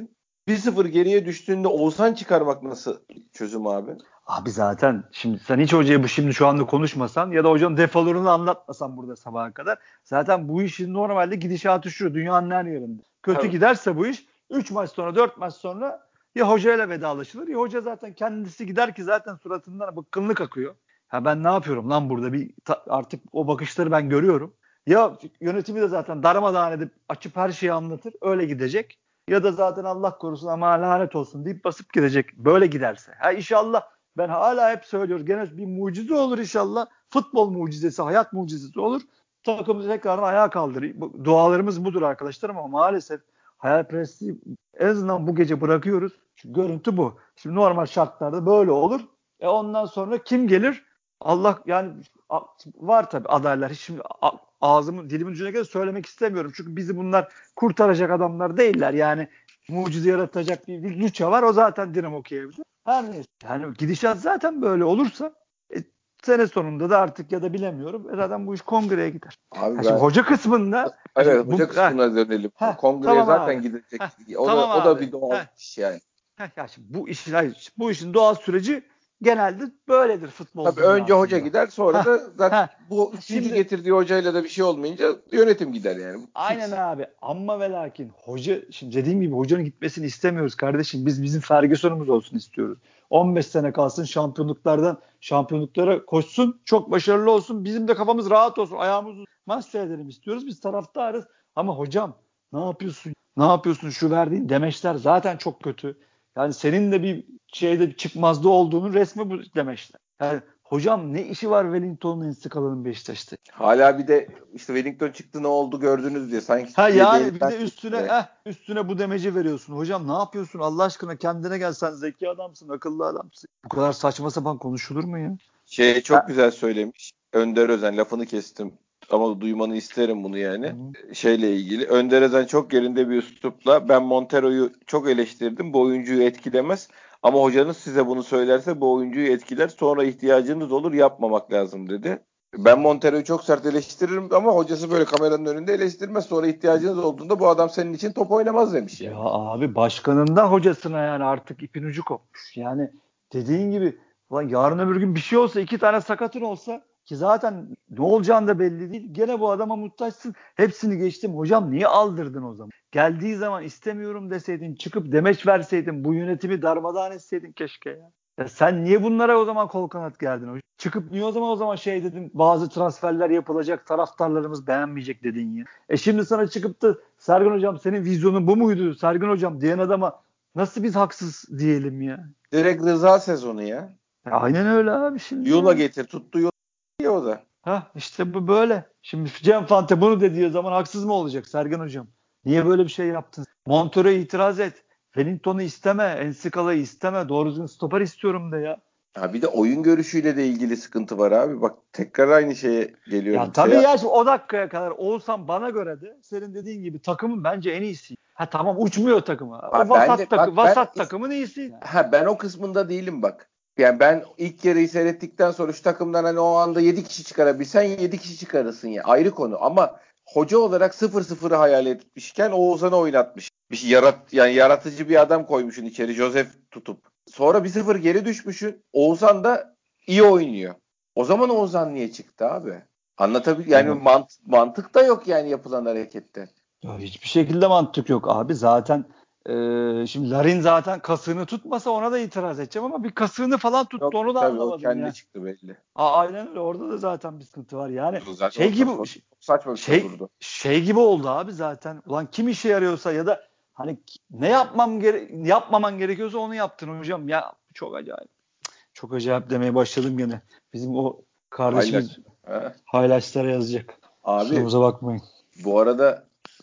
bir sıfır geriye düştüğünde Oğuzhan çıkarmak nasıl çözüm abi? Abi zaten şimdi sen hiç hocaya bu şimdi şu anda konuşmasan ya da hocanın defolarını anlatmasan burada sabaha kadar zaten bu işin normalde gidişatı şu dünyanın her yerinde. Kötü Tabii. giderse bu iş üç maç sonra dört maç sonra ya hocayla vedalaşılır ya hoca zaten kendisi gider ki zaten suratından bıkkınlık akıyor. Ha ben ne yapıyorum lan burada bir ta, artık o bakışları ben görüyorum. Ya yönetimi de zaten darmadağın edip açıp her şeyi anlatır öyle gidecek. Ya da zaten Allah korusun ama lanet olsun deyip basıp gidecek. Böyle giderse. Ha inşallah ben hala hep söylüyorum. Gene bir mucize olur inşallah. Futbol mucizesi, hayat mucizesi olur. Takımımızı tekrardan ayağa kaldırır. Dualarımız budur arkadaşlar ama maalesef hayalperestliği en azından bu gece bırakıyoruz. Çünkü görüntü bu. Şimdi normal şartlarda böyle olur. E ondan sonra kim gelir? Allah yani var tabii adaylar. Hiç şimdi ağzımın dilimin ucuna kadar söylemek istemiyorum. Çünkü bizi bunlar kurtaracak adamlar değiller. Yani mucize yaratacak bir, bir güç var. O zaten Dinamo Kiev'de. Her neyse. Yani gidişat zaten böyle olursa e, sene sonunda da artık ya da bilemiyorum. E zaten bu iş kongreye gider. Abi Ha, şimdi hoca kısmında evet, şimdi, hoca bu, kısmına ha, dönelim. ha, Kongreye tamam zaten abi. gidecek. Ha, O da tamam o da abi. bir doğal Ha, iş yani. ha, ya şimdi bu işin hayır, bu işin doğal süreci genelde böyledir futbol Tabii önce hoca dünyasında. gider sonra Ha, da zaten ha. bu üçüncü Şimdi getirdiği hocayla da bir şey olmayınca yönetim gider yani. aynen Fix. abi. Amma ve lakin hoca şimdi dediğim gibi hocanın gitmesini istemiyoruz kardeşim. Biz bizim Ferguson'umuz olsun istiyoruz. on beş sene kalsın şampiyonluklardan şampiyonluklara koşsun. Çok başarılı olsun. Bizim de kafamız rahat olsun. Ayağımız maç seyredelim istiyoruz. Biz taraftarız. Ama hocam ne yapıyorsun? Ne yapıyorsun? Şu verdiğin demeçler zaten çok kötü. Yani senin de bir şeyde bir çıkmazda olduğunun resmi bu demeçler. Yani hocam ne işi var Wellington'un Enstikala'nın Beşiktaş'ta? Hala bir de işte Wellington çıktı ne oldu gördünüz diye. Sanki Ha diye yani bir değilden de üstüne çıktı. eh üstüne bu demeci veriyorsun. Hocam ne yapıyorsun? Allah aşkına kendine gel sen zeki adamsın, akıllı adamsın. Bu kadar saçma sapan konuşulur mu ya? Şey çok Ha. güzel söylemiş. Önder Özen lafını kestim. Ama duymanı isterim bunu yani. Hı. Şeyle ilgili. Önder Özen çok yerinde bir üslupla ben Montero'yu çok eleştirdim. Bu oyuncuyu etkilemez. Ama hocanız size bunu söylerse bu oyuncuyu etkiler. Sonra ihtiyacınız olur yapmamak lazım dedi. Ben Montero'yu çok sert eleştiririm ama hocası böyle kameranın önünde eleştirmez. Sonra ihtiyacınız olduğunda bu adam senin için top oynamaz demiş Ya yani. abi başkanından hocasına yani artık ipin ucu kopmuş. Yani dediğin gibi ulan yarın öbür gün bir şey olsa iki tane sakatın olsa ki zaten ne olacağını da belli değil. Gene bu adama muhtaçsın. Hepsini geçtim. Hocam niye aldırdın o zaman? Geldiği zaman istemiyorum deseydin, çıkıp demeç verseydin, bu yönetimi darmadağın etseydin keşke ya. Ya sen niye bunlara o zaman kol kanat gerdin hocam? Çıkıp niye o zaman o zaman şey dedin bazı transferler yapılacak taraftarlarımız beğenmeyecek dedin ya. E şimdi sana çıkıp da Sergen hocam senin vizyonun bu muydu Sergen hocam diyen adama nasıl biz haksız diyelim ya? Direkt Rıza sezonu ya. Ya aynen öyle abi şimdi Yola ya. getir tuttu yola o da. Ha işte bu böyle. Şimdi Cem Fante bunu dediği zaman haksız mı olacak Sergen hocam? Niye böyle bir şey yaptın? Montero'ya itiraz et. Wellington'u isteme. Ensikala'yı isteme. Doğru düzgün stoper istiyorum de ya. Ha bir de oyun görüşüyle de ilgili sıkıntı var abi. Bak tekrar aynı şeye Ya geliyorum. tabii Seyahat... ya o dakikaya kadar Oğuzhan bana göre de senin dediğin gibi takımın bence en iyisi. Ha tamam uçmuyor takımı. O Ha, ben vasat de takım, bak ben vasat takımın iyisi. ha ben o kısmında değilim bak. Yani ben ilk yarıyı seyrettikten sonra şu takımdan hani o anda yedi kişi çıkarabilsen yedi kişi çıkarırsın ya. Ayrı konu ama hoca olarak sıfır sıfırı hayal etmişken Oğuzhan'ı oynatmış. Bir şey yarat yani yaratıcı bir adam koymuşsun içeri Joseph tutup. Sonra bir sıfır geri düşmüşsün. Oğuzhan da iyi oynuyor. O zaman Oğuzhan niye çıktı abi? Anlatabiliyor yani Ya, mant mantık da yok yani yapılan harekette. ya hiçbir şekilde mantık yok abi. Zaten e, şimdi Larin zaten kasığını tutmasa ona da itiraz edeceğim ama bir kasığını falan tuttu Yok onu da tabii o anlamadım kendi ya. çıktı belli. A, aynen öyle. Orada da zaten bir sıkıntı var. Yani Zaten şey o gibi çok saçma bir şey şey durdu. şey gibi oldu abi zaten. Ulan kim işe yarıyorsa ya da hani ne yapmam gere yapmaman gerekiyorsa onu yaptın hocam. Ya çok acayip. Çok acayip demeye başladım gene. Bizim o Paylaş. kardeşimiz Ha. highlights'lara yazacak. Abi Kusurumuza bakmayın. bu arada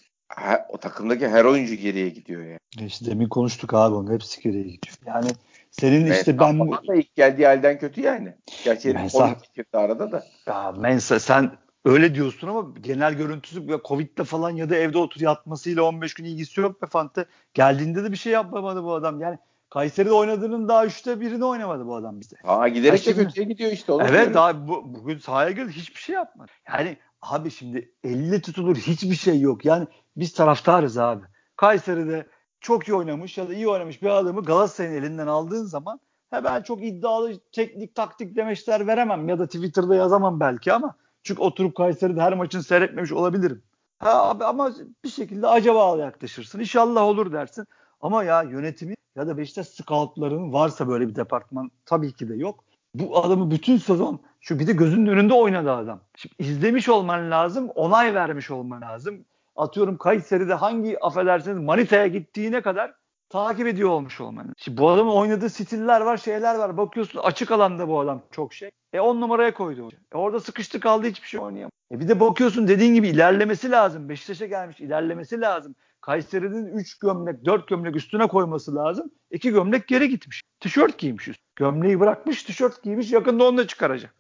he- o takımdaki her oyuncu geriye gidiyor ya. E İşte demin konuştuk abi onun hepsi geriye gidiyor. Yani senin işte Mensah ben falan da ilk geldiği halden kötü yani. Gerçi herif Covid Mensah geçirdi arada da. ya Mensa sen öyle diyorsun ama genel görüntüsü ya Covid'le falan ya da evde otur yatmasıyla on beş gün ilgisi yok be Fante. Geldiğinde de bir şey yapmadı bu adam. Yani Kayseri'de oynadığının daha üçte birini oynamadı bu adam bize. Ha Ha giderek de şimdi kötüye gidiyor işte onu evet diyorum. daha bu, bugün sahaya girdi hiçbir şey yapmadı. Yani abi şimdi elle tutulur hiçbir şey yok. Yani biz taraftarız abi. Kayseri'de çok iyi oynamış ya da iyi oynamış bir adamı Galatasaray'ın elinden aldığın zaman he ben çok iddialı teknik taktik demeçler veremem ya da Twitter'da yazamam belki ama çünkü oturup Kayseri'de her maçını seyretmemiş olabilirim. Ha abi ama bir şekilde acaba yaklaşırsın. İnşallah olur dersin. Ama ya yönetimi ya da Beşiktaş scoutlarının varsa böyle bir departman tabii ki de yok. Bu adamı bütün sezon şu bir de gözünün önünde oynadı adam. Şimdi izlemiş olman lazım, onay vermiş olman lazım. Atıyorum Kayseri'de hangi affedersiniz Manita'ya gittiğine kadar takip ediyor olmuş olman lazım. Şimdi bu adamın oynadığı stiller var, şeyler var. Bakıyorsun açık alanda bu adam çok şey. E on numaraya koydu hoca. E orada sıkıştı kaldı hiçbir şey oynayamıyor. E bir de bakıyorsun dediğin gibi ilerlemesi lazım. Beşiktaş'a gelmiş ilerlemesi lazım. Kayseri'nin üç gömlek, dört gömlek üstüne koyması lazım. iki gömlek geri gitmiş. Tişört giymiş üst. Gömleği bırakmış, tişört giymiş. Yakında onu da çıkaracak.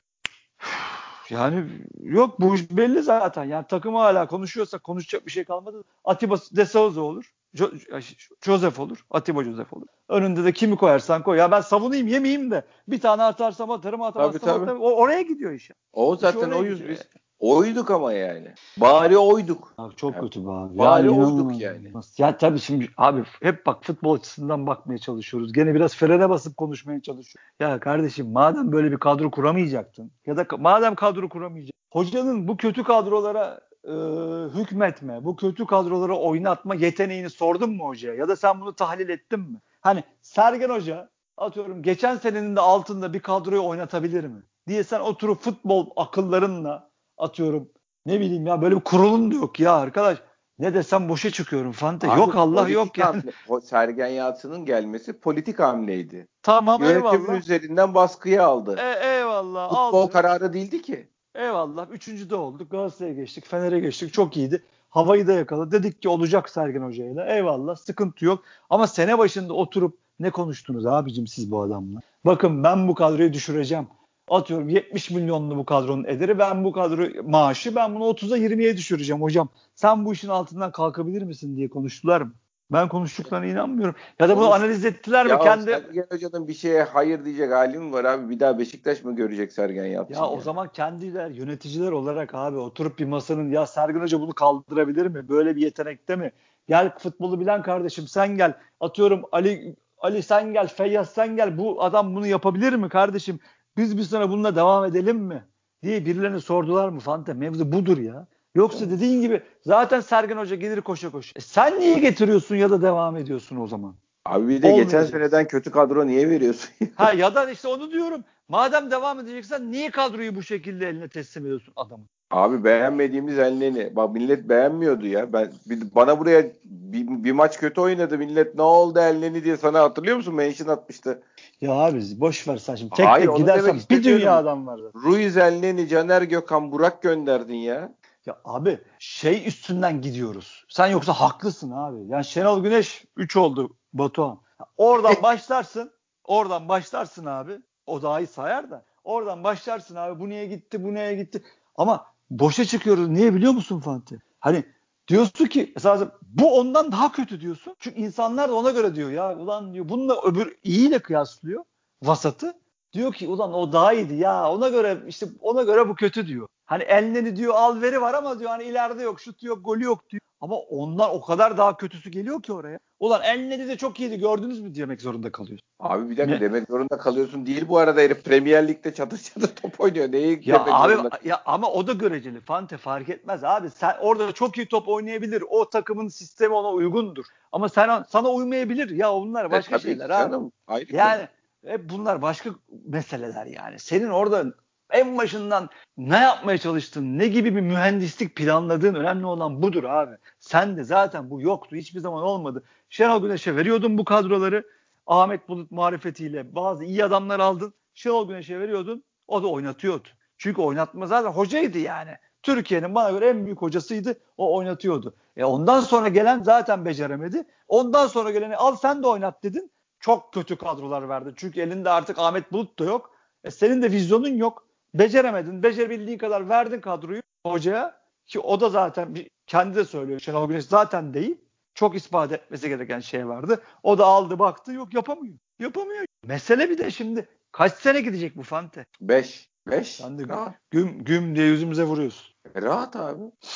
Yani yok bu iş belli zaten. Yani takımı hala konuşuyorsak konuşacak bir şey kalmadı. Atiba De Souza olur. Jo- Joseph olur. Atiba Joseph olur. Önünde de kimi koyarsan koy. Ya ben savunayım yemeyeyim de bir tane atarsam atarım Tabii atamazsam tabii. atarım. O, oraya gidiyor iş. O İş zaten oraya oyuz gidiyor. biz. Oyduk ama yani. Bari oyduk. Abi çok Yani, kötü be abi. bari Yani oyduk inanılmaz. yani. Ya tabii şimdi abi hep bak futbol açısından bakmaya çalışıyoruz. Gene biraz frene basıp konuşmaya çalışıyoruz. Ya kardeşim madem böyle bir kadro kuramayacaktın ya da ka- madem kadro kuramayacaktın hocanın bu kötü kadrolara e, hükmetme, bu kötü kadrolara oynatma yeteneğini sordun mu hocaya? Ya da sen bunu tahlil ettin mi? Hani Sergen Hoca atıyorum geçen senenin de altında bir kadroyu oynatabilir mi? Diye sen oturup futbol akıllarınla atıyorum ne bileyim ya böyle bir kurulum da yok ya arkadaş. Ne desem boşa çıkıyorum Fante. Abi Yok Allah yok politik yani. hamle, o Sergen Yalçın'ın gelmesi politik hamleydi. Tamam Yönetimin eyvallah. üzerinden baskıyı E, aldı. eyvallah Futbol aldı. kararı değildi ki. Eyvallah. Üçüncü de olduk. Galatasaray'a geçtik. Fener'e geçtik. Çok iyiydi. Havayı da yakaladı. Dedik ki olacak Sergen Hoca'yla. Eyvallah. Sıkıntı yok. Ama sene başında oturup ne konuştunuz abicim siz bu adamla? Bakın ben bu kadroyu düşüreceğim. Atıyorum yetmiş milyonlu bu kadronun ederi. Ben bu kadro maaşı ben bunu otuza yirmiye düşüreceğim hocam. Sen bu işin altından kalkabilir misin diye konuştular mı? Ben konuştuklarına inanmıyorum. Ya da bunu Konuş. analiz ettiler mi? Ya Kendi Sergen Hoca'nın bir şeye hayır diyecek hali mi var abi? Bir daha Beşiktaş mı görecek Sergen Ya Yalçın o ya? zaman kendiler yöneticiler olarak abi oturup bir masanın ya Sergen Hoca bunu kaldırabilir mi? Böyle bir yetenekte mi? Gel futbolu bilen kardeşim sen gel. Atıyorum Ali Ali sen gel, Feyyaz sen gel. Bu adam bunu yapabilir mi kardeşim? Biz bir sene bununla devam edelim mi? Diye birilerine sordular mı Fante? Mevzu budur ya. Yoksa dediğin gibi zaten Sergen Hoca gelir koşa koşa. E sen niye getiriyorsun ya da devam ediyorsun o zaman? Abi bir de geçen Olmayacak. seneden kötü kadro niye veriyorsun? Ha ya da işte onu diyorum. Madem devam edeceksen niye kadroyu bu şekilde eline teslim ediyorsun adamın? Abi beğenmediğimiz Elneni. Bak millet beğenmiyordu ya. Ben bir- bana buraya bir, bir maç kötü oynadı. Millet ne oldu Elneni diye sana hatırlıyor musun? Mention atmıştı. Ya abi boş ver sen şimdi. Tek Hayır tek onu demek gidersen bir dünya istemiyorum. adam var zaten. Ruiz Elneni, Caner Gökhan, Burak gönderdin ya. Ya abi şey üstünden gidiyoruz. Sen yoksa haklısın abi. Yani Şenol Güneş üç oldu Batuhan. Oradan başlarsın. Oradan başlarsın abi. O daha iyi sayar da. Oradan başlarsın abi. Bu niye gitti, bu neye gitti. Ama boşa çıkıyoruz. Niye biliyor musun Fatih? Hani diyorsun ki esasında bu ondan daha kötü diyorsun. Çünkü insanlar da ona göre diyor ya ulan diyor bununla öbür iyiyle kıyaslıyor vasatı. Diyor ki ulan o daha iyiydi ya ona göre işte ona göre bu kötü diyor. Hani Elneni diyor alveri var ama diyor hani ileride yok şut yok golü yok diyor. Ama ondan o kadar daha kötüsü geliyor ki oraya. Ulan Elneni de çok iyiydi gördünüz mü demek zorunda kalıyorsun. Abi bir dakika Ne? demek zorunda kalıyorsun değil bu arada herif Premier Lig'de çatır çatır top oynuyor. Neyi Ya demek abi zorunda? ya ama o da göreceli. Fante fark etmez abi. Sen orada çok iyi top oynayabilir. O takımın sistemi ona uygundur. Ama sen sana uymayabilir. Ya onlar E, başka tabii ki şeyler abi. canım. Ayrı konu. Yani hep bunlar başka meseleler yani. Senin orada en başından ne yapmaya çalıştın, ne gibi bir mühendislik planladığın önemli olan budur abi. Sen de zaten bu yoktu, hiçbir zaman olmadı. Şenol Güneş'e veriyordun bu kadroları. Ahmet Bulut marifetiyle bazı iyi adamlar aldın. Şenol Güneş'e veriyordun, o da oynatıyordu. Çünkü oynatma zaten hocaydı yani. Türkiye'nin bana göre en büyük hocasıydı. O oynatıyordu. E ondan sonra gelen zaten beceremedi. Ondan sonra geleni al sen de oynat dedin. Çok kötü kadrolar verdi. Çünkü elinde artık Ahmet Bulut da yok. E senin de vizyonun yok. Beceremedin. Becerebildiğin kadar verdin kadroyu hocaya. Ki o da zaten bir, kendi de söylüyor. Şenol Güneş zaten değil. Çok ispat etmesi gereken şey vardı. O da aldı baktı yok yapamıyor. Yapamıyor. Mesele bir de şimdi kaç sene gidecek bu Fante? Beş. Beş. Sen de Rahat. güm, güm diye yüzümüze vuruyorsun. E, rahat abi.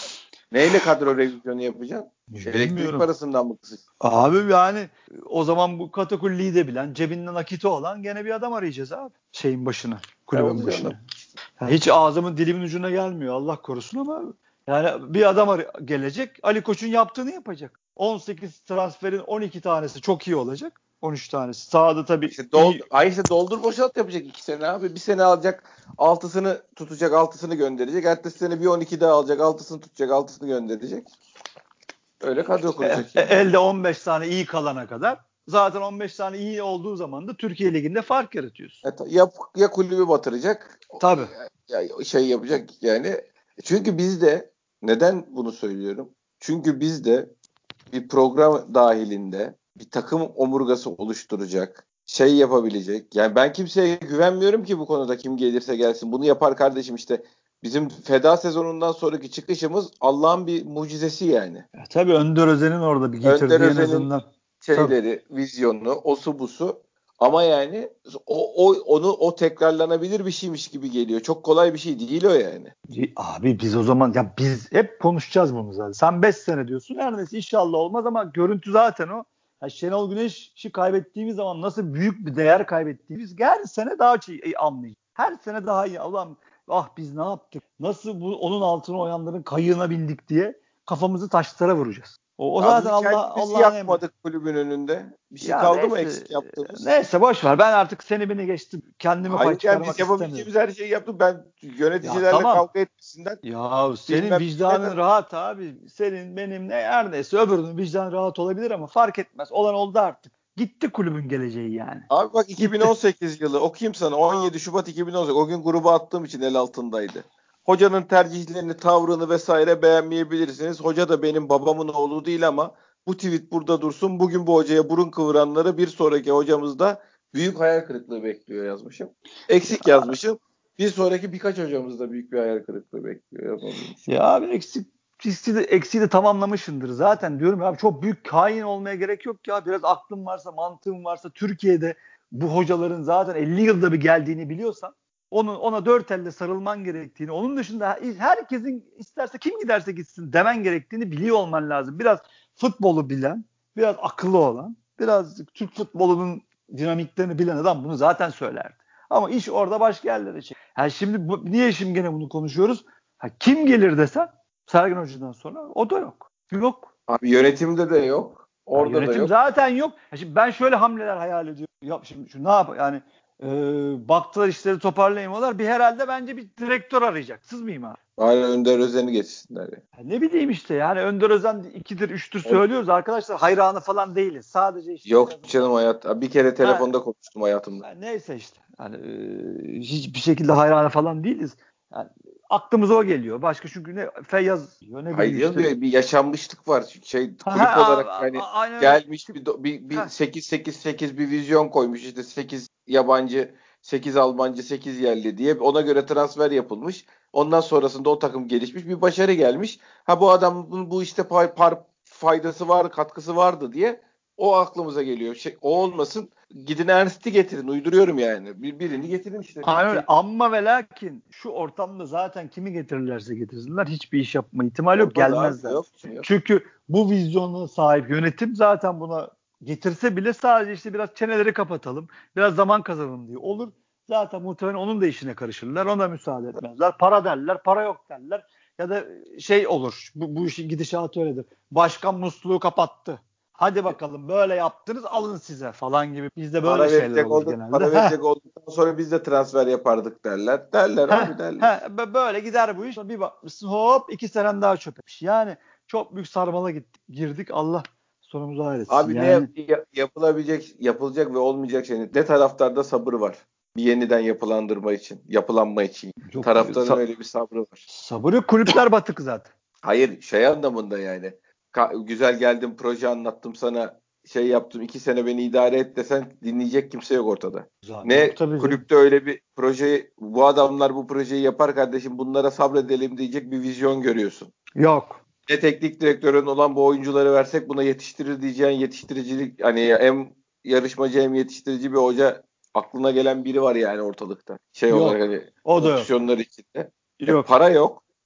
Neyle kadro revizyonu yapacaksın? Elektrik Bilmiyorum. parasından mı kısık? Abi yani o zaman bu katakulliyi de bilen, cebinde nakiti olan gene bir adam arayacağız abi. Şeyin başına, Ya kulübün olacak başına. adam. Ya hiç ağzımın dilimin ucuna gelmiyor Allah korusun ama yani bir adam ar- gelecek, Ali Koç'un yaptığını yapacak. on sekiz transferin on iki tanesi çok iyi olacak. on üç tanesi. Sahada tabii İşte iyi. doldur, ay işte doldur boşalt yapacak iki sene abi. Bir sene alacak, altısını tutacak, altısını gönderecek. Ertesi sene bir on iki daha alacak, altısını tutacak, altısını gönderecek. Öyle kadro E, kuracak e, yani. elde on beş tane iyi kalana kadar. Zaten on beş tane iyi olduğu zaman da Türkiye Ligi'nde fark yaratıyorsun. Evet, ya, ya kulübü batıracak, Tabii. ya, ya şey yapacak yani. Çünkü bizde, neden bunu söylüyorum? Çünkü bizde bir program dahilinde bir takım omurgası oluşturacak, şey yapabilecek. Yani ben kimseye güvenmiyorum ki bu konuda, kim gelirse gelsin. Bunu yapar kardeşim işte. Bizim feda sezonundan sonraki çıkışımız Allah'ın bir mucizesi yani. E, tabii Önder Özen'in orada bir Önder getirdiği en Özen'in azından. Tabii. şeyleri, vizyonu, osu busu. Ama yani o, o onu o tekrarlanabilir bir şeymiş gibi geliyor. Çok kolay bir şey değil o yani. Abi biz o zaman ya biz hep konuşacağız bunu zaten. Sen beş sene diyorsun. Her neyse inşallah olmaz ama görüntü zaten o. Ya Şenol Güneş'i kaybettiğimiz zaman nasıl büyük bir değer kaybettiğimiz her sene daha iyi anlayacağız. Her sene daha iyi. Allah'ım ah biz ne yaptık? Nasıl bu onun altına oyanların kayığına bindik diye kafamızı taşlara vuracağız. O, o Abi zaten biz Allah kendimizi Allah'ın emri. yapmadık kulübün önünde. Bir şey Ya kaldı mı neyse eksik yaptığımız? neyse boş ver. Ben artık seni beni geçtim. Kendimi pay Hayır yani çıkarmak biz istemiyorum. yapabileceğimiz her şeyi yaptık. Ben Ya yöneticilerle tamam. kavga etmesinden Ya senin bilmem vicdanın neden. rahat abi. Senin benim ne her neyse öbürünün vicdanı rahat olabilir ama fark etmez. Olan oldu artık. Gitti kulübün geleceği yani. Abi bak Gitti. iki bin on sekiz yılı okuyayım sana. on yedi Şubat iki bin on sekiz. O gün gruba attığım için el altındaydı. Hocanın tercihlerini, tavrını vesaire beğenmeyebilirsiniz. Hoca da benim babamın oğlu değil ama bu tweet burada dursun. Bugün bu hocaya burun kıvıranları bir sonraki hocamızda büyük hayal kırıklığı bekliyor yazmışım. Eksik Ya, yazmışım. Bir sonraki birkaç hocamızda büyük bir hayal kırıklığı bekliyor yapabilmiş. ya abi eksik eksiği de, eksiği de tamamlamışındır. Zaten diyorum ya abi çok büyük kain olmaya gerek yok ya. Biraz aklın varsa, mantığın varsa Türkiye'de bu hocaların zaten elli yılda bir geldiğini biliyorsan onun ona dört elle sarılman gerektiğini, onun dışında herkesin isterse kim giderse gitsin demen gerektiğini biliyor olman lazım. Biraz futbolu bilen, biraz akıllı olan, biraz Türk futbolunun dinamiklerini bilen adam bunu zaten söylerdi. Ama iş orada başka yerlere çekiyor. Yani şimdi bu, niye şimdi gene bunu konuşuyoruz? Ha, kim gelir desen Sergen Hoca'dan sonra o da yok. Yok. Abi yönetimde de yok. Ya Orada da yönetim yok. zaten yok. Ya şimdi ben şöyle hamleler hayal ediyorum. Ya şimdi şu ne yap yani e, baktılar işleri toparlayamadılar. Bir herhalde bence bir direktör arayacak. Sız mıyım abi? Hala Önder Özen'i geçsinler ya. Ya ne bileyim işte yani Önder Özen ikidir üçtür O- söylüyoruz arkadaşlar. Hayranı falan değiliz. Sadece işte en Yok azından canım hayat. Bir kere ha, telefonda konuştum hayatımda. ha, neyse işte. Yani e, hiçbir şekilde hayranı falan değiliz. Yani aklımıza o geliyor. Başka çünkü ne Feyyaz diyor ne Hayır bileyim canım, işte. bir, bir yaşanmışlık var. Şey Ha, ha, kulüp a- olarak a- yani a- aynen öyle. gelmiş bir, do- bir, bir Ha, sekiz sekiz sekiz bir vizyon koymuş, işte sekiz yabancı, sekiz Almancı, sekiz yerli diye ona göre transfer yapılmış. Ondan sonrasında o takım gelişmiş, bir başarı gelmiş. Ha bu adamın bu işte par, par faydası var, katkısı vardı diye o aklımıza geliyor. Şey, o olmasın, gidin Ernst'i getirin, uyduruyorum yani. Bir, birini getirin işte. aynen öyle. Şey, Amma ve lakin şu ortamda zaten kimi getirirlerse getirsinler hiçbir iş yapma ihtimali yok. olmaz abi, Gelmezler. yok. Yok. Çünkü bu vizyona sahip yönetim zaten buna getirse bile sadece işte biraz çeneleri kapatalım, biraz zaman kazanalım diye olur. Zaten muhtemelen onun da işine karışırlar. Ona müsaade etmezler. Para derler, para yok derler. Ya da şey olur. Bu, bu işin gidişatı öyledir. Başkan musluğu kapattı. Hadi bakalım böyle yaptınız alın size falan gibi. Bizde böyle Para şeyler verecek olur olduk, genelde. para Heh. verecek olduktan sonra biz de transfer yapardık derler. Derler Heh, abi, derler. heh, böyle gider bu iş. Bir bakmışsın hop iki senen daha çöpmüş. Yani çok büyük sarmala gittik, girdik. Allah sonumuzu hayretsin. Abi ne yap- Yani ya- yapılabilecek, yapılacak ve olmayacak şey. Ne taraftarda sabır var. Bir yeniden yapılandırma için, yapılanma için. çok Taraftarın sa- öyle bir sabrı var. sabır yok. Kulüpler batık zaten. Hayır, şey anlamında yani. Ka- güzel geldim, proje anlattım sana, şey yaptım, iki sene beni idare et desen dinleyecek kimse yok ortada. Zaten yok Ne tabii canım. kulüpte öyle bir projeyi, bu adamlar bu projeyi yapar kardeşim, bunlara sabredelim diyecek bir vizyon görüyorsun. Yok. Ne teknik direktörün olan bu oyuncuları versek buna yetiştirir diyeceğin yetiştiricilik, hani hem yarışmacı hem yetiştirici bir hoca, aklına gelen biri var yani ortalıkta. Şey olarak Yok. hani O da yok. opsiyonlar içinde. E, Yok. para yok.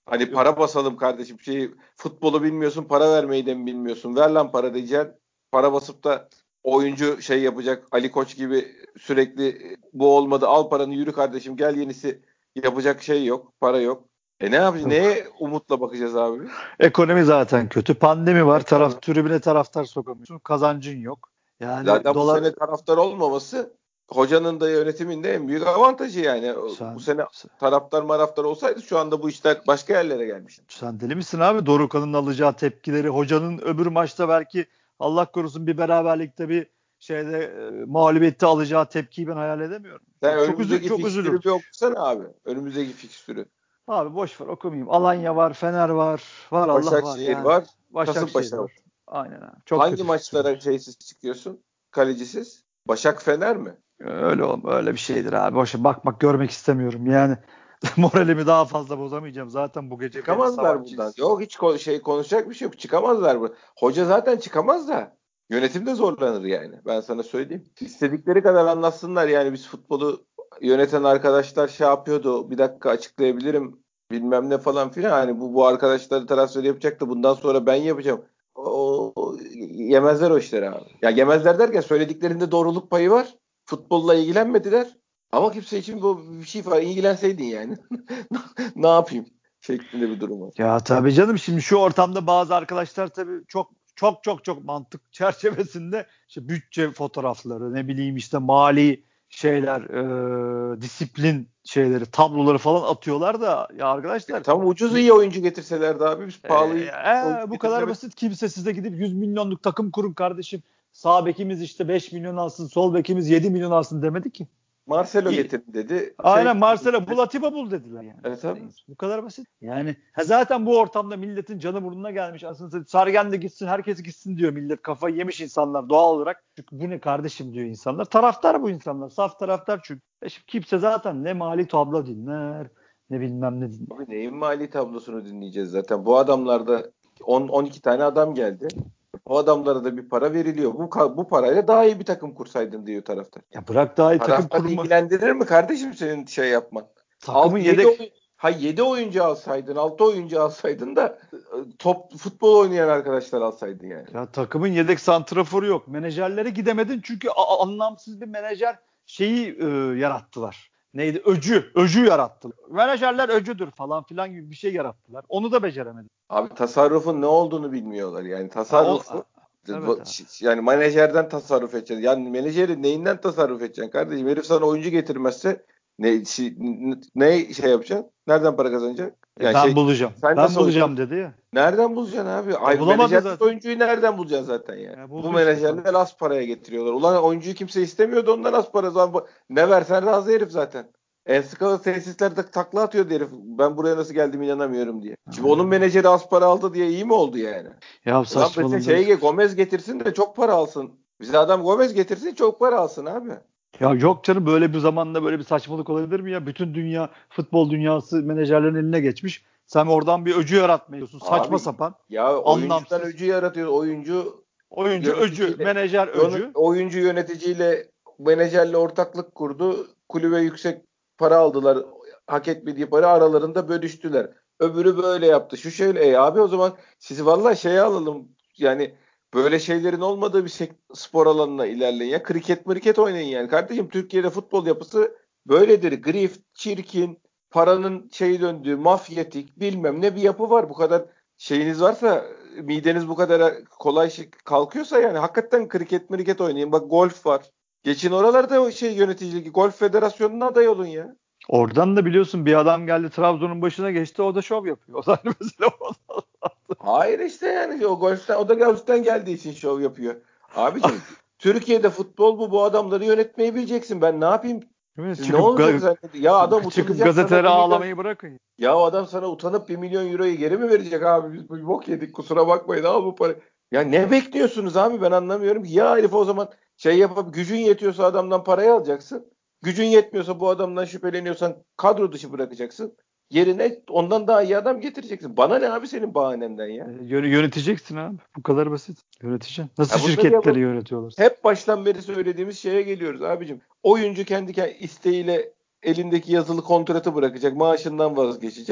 Hani para basalım kardeşim. Şey, futbolu bilmiyorsun, para vermeyi de mi bilmiyorsun? Ver lan para diyeceksin. Para basıp da oyuncu şey yapacak, Ali Koç gibi sürekli bu olmadı, al paranı yürü kardeşim gel yenisi, yapacak şey yok, para yok. E ne yapacağız? Yok. Neye umutla bakacağız abi? Ekonomi zaten kötü. Pandemi var. E tabii. Taraf tribüne taraftar sokamıyorsun. Kazancın yok. Yani Zaten bu dolar sene taraftar olmaması hocanın da yönetiminde en büyük avantajı yani. Bu sen sene taraftar maraftar olsaydı şu anda bu işler başka yerlere gelmişti. sen deli misin abi? Dorukhan'ın alacağı tepkileri, hocanın öbür maçta belki Allah korusun bir beraberlikte bir şeyde e, mağlubiyette alacağı tepkiyi ben hayal edemiyorum. Sen Çok çok üzü önümüzdeki çok fikstürü bir üzülürdük. okusana abi. Önümüzdeki fikstürü. Abi boş ver okumayayım. Alanya var, Fener var. Var Allah var Başakşehir yani. var, Başakşehir Kasımpaşa var. var. Aynen abi. Çok Hangi kötü fikstürler. maçlara şeysiz çıkıyorsun? Kalecisiz? Başak Fener mi? Öyle oğlum, öyle bir şeydir abi. Boş ver. Bak bak görmek istemiyorum. Yani moralimi daha fazla bozamayacağım. Zaten bu gece belli Çıkamazlar buradan. savaşçıyız. Yok hiç ko- şey konuşacak bir şey yok. Çıkamazlar bu. Hoca zaten çıkamaz da. Yönetim de zorlanır yani. Ben sana söyleyeyim. İstedikleri kadar anlatsınlar yani biz futbolu yöneten arkadaşlar şey yapıyordu. Bir dakika açıklayabilirim. Bilmem ne falan filan. Hani bu bu arkadaşları transfer yapacak da bundan sonra ben yapacağım. O, o- yemezler o işleri abi. Ya yemezler derken söylediklerinde doğruluk payı var. Futbolla ilgilenmediler. Ama kimse için bu bir şey falan ilgilenseydin yani. Ne yapayım? Şeklinde bir durum var. Ya tabii canım, şimdi şu ortamda bazı arkadaşlar tabii çok çok çok çok mantık çerçevesinde işte bütçe fotoğrafları, ne bileyim işte mali şeyler, e, disiplin şeyleri, tabloları falan atıyorlar da ya E, arkadaşlar tam ucuz mi- iyi oyuncu getirselerdi abi. Biz e, pahalı iyi oyuncu e, bu kadar getirmemek. basit. Kimse size gidip yüz milyonluk takım kurun kardeşim. Sağ bekimiz işte beş milyon alsın, sol bekimiz yedi milyon alsın demedi ki. Marcelo İyi. getirin dedi. Şey Aynen, getirin Marcelo bul, dedi. Atiba bul dediler yani. E tabii. Neyse, bu kadar basit. Yani ha zaten bu ortamda milletin canı burnuna gelmiş. Aslında Sargen de gitsin, herkes gitsin diyor millet. Kafayı yemiş insanlar doğal olarak. Çünkü bu ne kardeşim diyor insanlar. Taraftar bu insanlar. Saf taraftar çünkü. E şimdi kimse zaten ne mali tablo dinler, ne bilmem ne dinler. Abi neyin mali tablosunu dinleyeceğiz zaten. Bu adamlarda on on iki tane adam geldi. O adamlara da bir para veriliyor. Bu ka- bu parayla daha iyi bir takım kursaydın diyor taraftar. Ya bırak daha iyi takım Taraftar kurma. ilgilendirir mi kardeşim senin şey yapman? Takımın Alt yedi yedek oyun ha yedi oyuncu alsaydın, altı oyuncu alsaydın da e, top futbol oynayan arkadaşlar alsaydın yani. Ya takımın yedek santraforu yok. Menajerlere gidemedin çünkü a- anlamsız bir menajer şeyi e, yarattılar. Neydi? Öcü. Öcü yarattılar. Menajerler öcüdür falan filan gibi bir şey yarattılar. Onu da beceremedi. Abi tasarrufun ne olduğunu bilmiyorlar. Yani Ha, o, tasarrufu evet abi. yani menajerden tasarruf edeceksin. Yani menajeri neyinden tasarruf edeceksin kardeşim? Herif sana oyuncu getirmezse ne şey, ne şey yapacaksın? Nereden para kazanacaksın? E Yani ben şey bulacağım. sen Ben nasıl oyuncu bulacağım dedi ya. nereden bulacaksın abi? E Ay, bulamadı menajersiz zaten. oyuncuyu nereden bulacaksın zaten yani? Ya Bu buldu işte falan. menajerler az paraya getiriyorlar. Ulan oyuncuyu kimse istemiyordu ondan az para. Zaten bu- ne versen razı herif zaten. Enskala tesislerde takla atıyor herif. Ben buraya nasıl geldim inanamıyorum diye. Şimdi onun Aynen. menajeri az para aldı diye iyi mi oldu yani? Ya Ulan mesela saçmalama. şey Gomez getirsin de çok para alsın. Bize adam Gomez getirsin çok para alsın abi. Ya yok canım, böyle bir zamanda böyle bir saçmalık olabilir mi ya? Bütün dünya, futbol dünyası menajerlerin eline geçmiş. Sen oradan bir öcü yaratmıyorsun. Saçma Abi sapan, ya oyuncudan anlamsız. öcü yaratıyor. Oyuncu Oyuncu öcü, yöneticiyle menajer yön- öcü. oyuncu yöneticiyle menajerle ortaklık kurdu. Kulübe yüksek para aldılar. Hak etmediği para aralarında bölüştüler. Öbürü böyle yaptı. Şu şöyle e abi o zaman sizi vallahi şeye alalım. Yani böyle şeylerin olmadığı bir sek- spor alanına ilerleyin ya. Kriket mriket oynayın yani. Kardeşim Türkiye'de futbol yapısı böyledir. Grift, çirkin, paranın şeyi döndüğü, mafyatik bilmem ne bir yapı var. Bu kadar şeyiniz varsa mideniz bu kadar kolay şey- kalkıyorsa yani hakikaten kriket mriket oynayın. Bak golf var. Geçin oralarda o şey yöneticilik. Golf Federasyonu'na aday olun ya. Oradan da biliyorsun bir adam geldi Trabzon'un başına geçti, o da şov yapıyor. O da hani mesela o Hayır işte yani o golften o da golften geldiği için şov yapıyor. da- Abicim Türkiye'de futbol bu. Bu adamları yönetmeyi bileceksin. Ben ne yapayım? Değil mi? Siz ne Çıkıp olacak ga- zannediyorsun? Ya adam çıkıp utanacak sana gazetelere bir milyon. ağlamayı bırakın. Ya o adam sana utanıp bir milyon euroyu geri mi verecek abi? Biz bu bok yedik kusura bakmayın al bu parayı. Ya ne bekliyorsunuz abi ben anlamıyorum ki. Ya herif o zaman şey yapıp gücün yetiyorsa adamdan parayı alacaksın. Gücün yetmiyorsa bu adamdan şüpheleniyorsan kadro dışı bırakacaksın. Yerine ondan daha iyi adam getireceksin. Bana ne abi senin bahanenden E, ya? yö- yöneteceksin abi. Bu kadar basit. Yöneteceksin. Nasıl Ya bunları şirketleri yapıp yönetiyorlar? hep baştan beri söylediğimiz şeye geliyoruz abicim. Oyuncu kendi ke- isteğiyle elindeki yazılı kontratı bırakacak, maaşından vazgeçecek.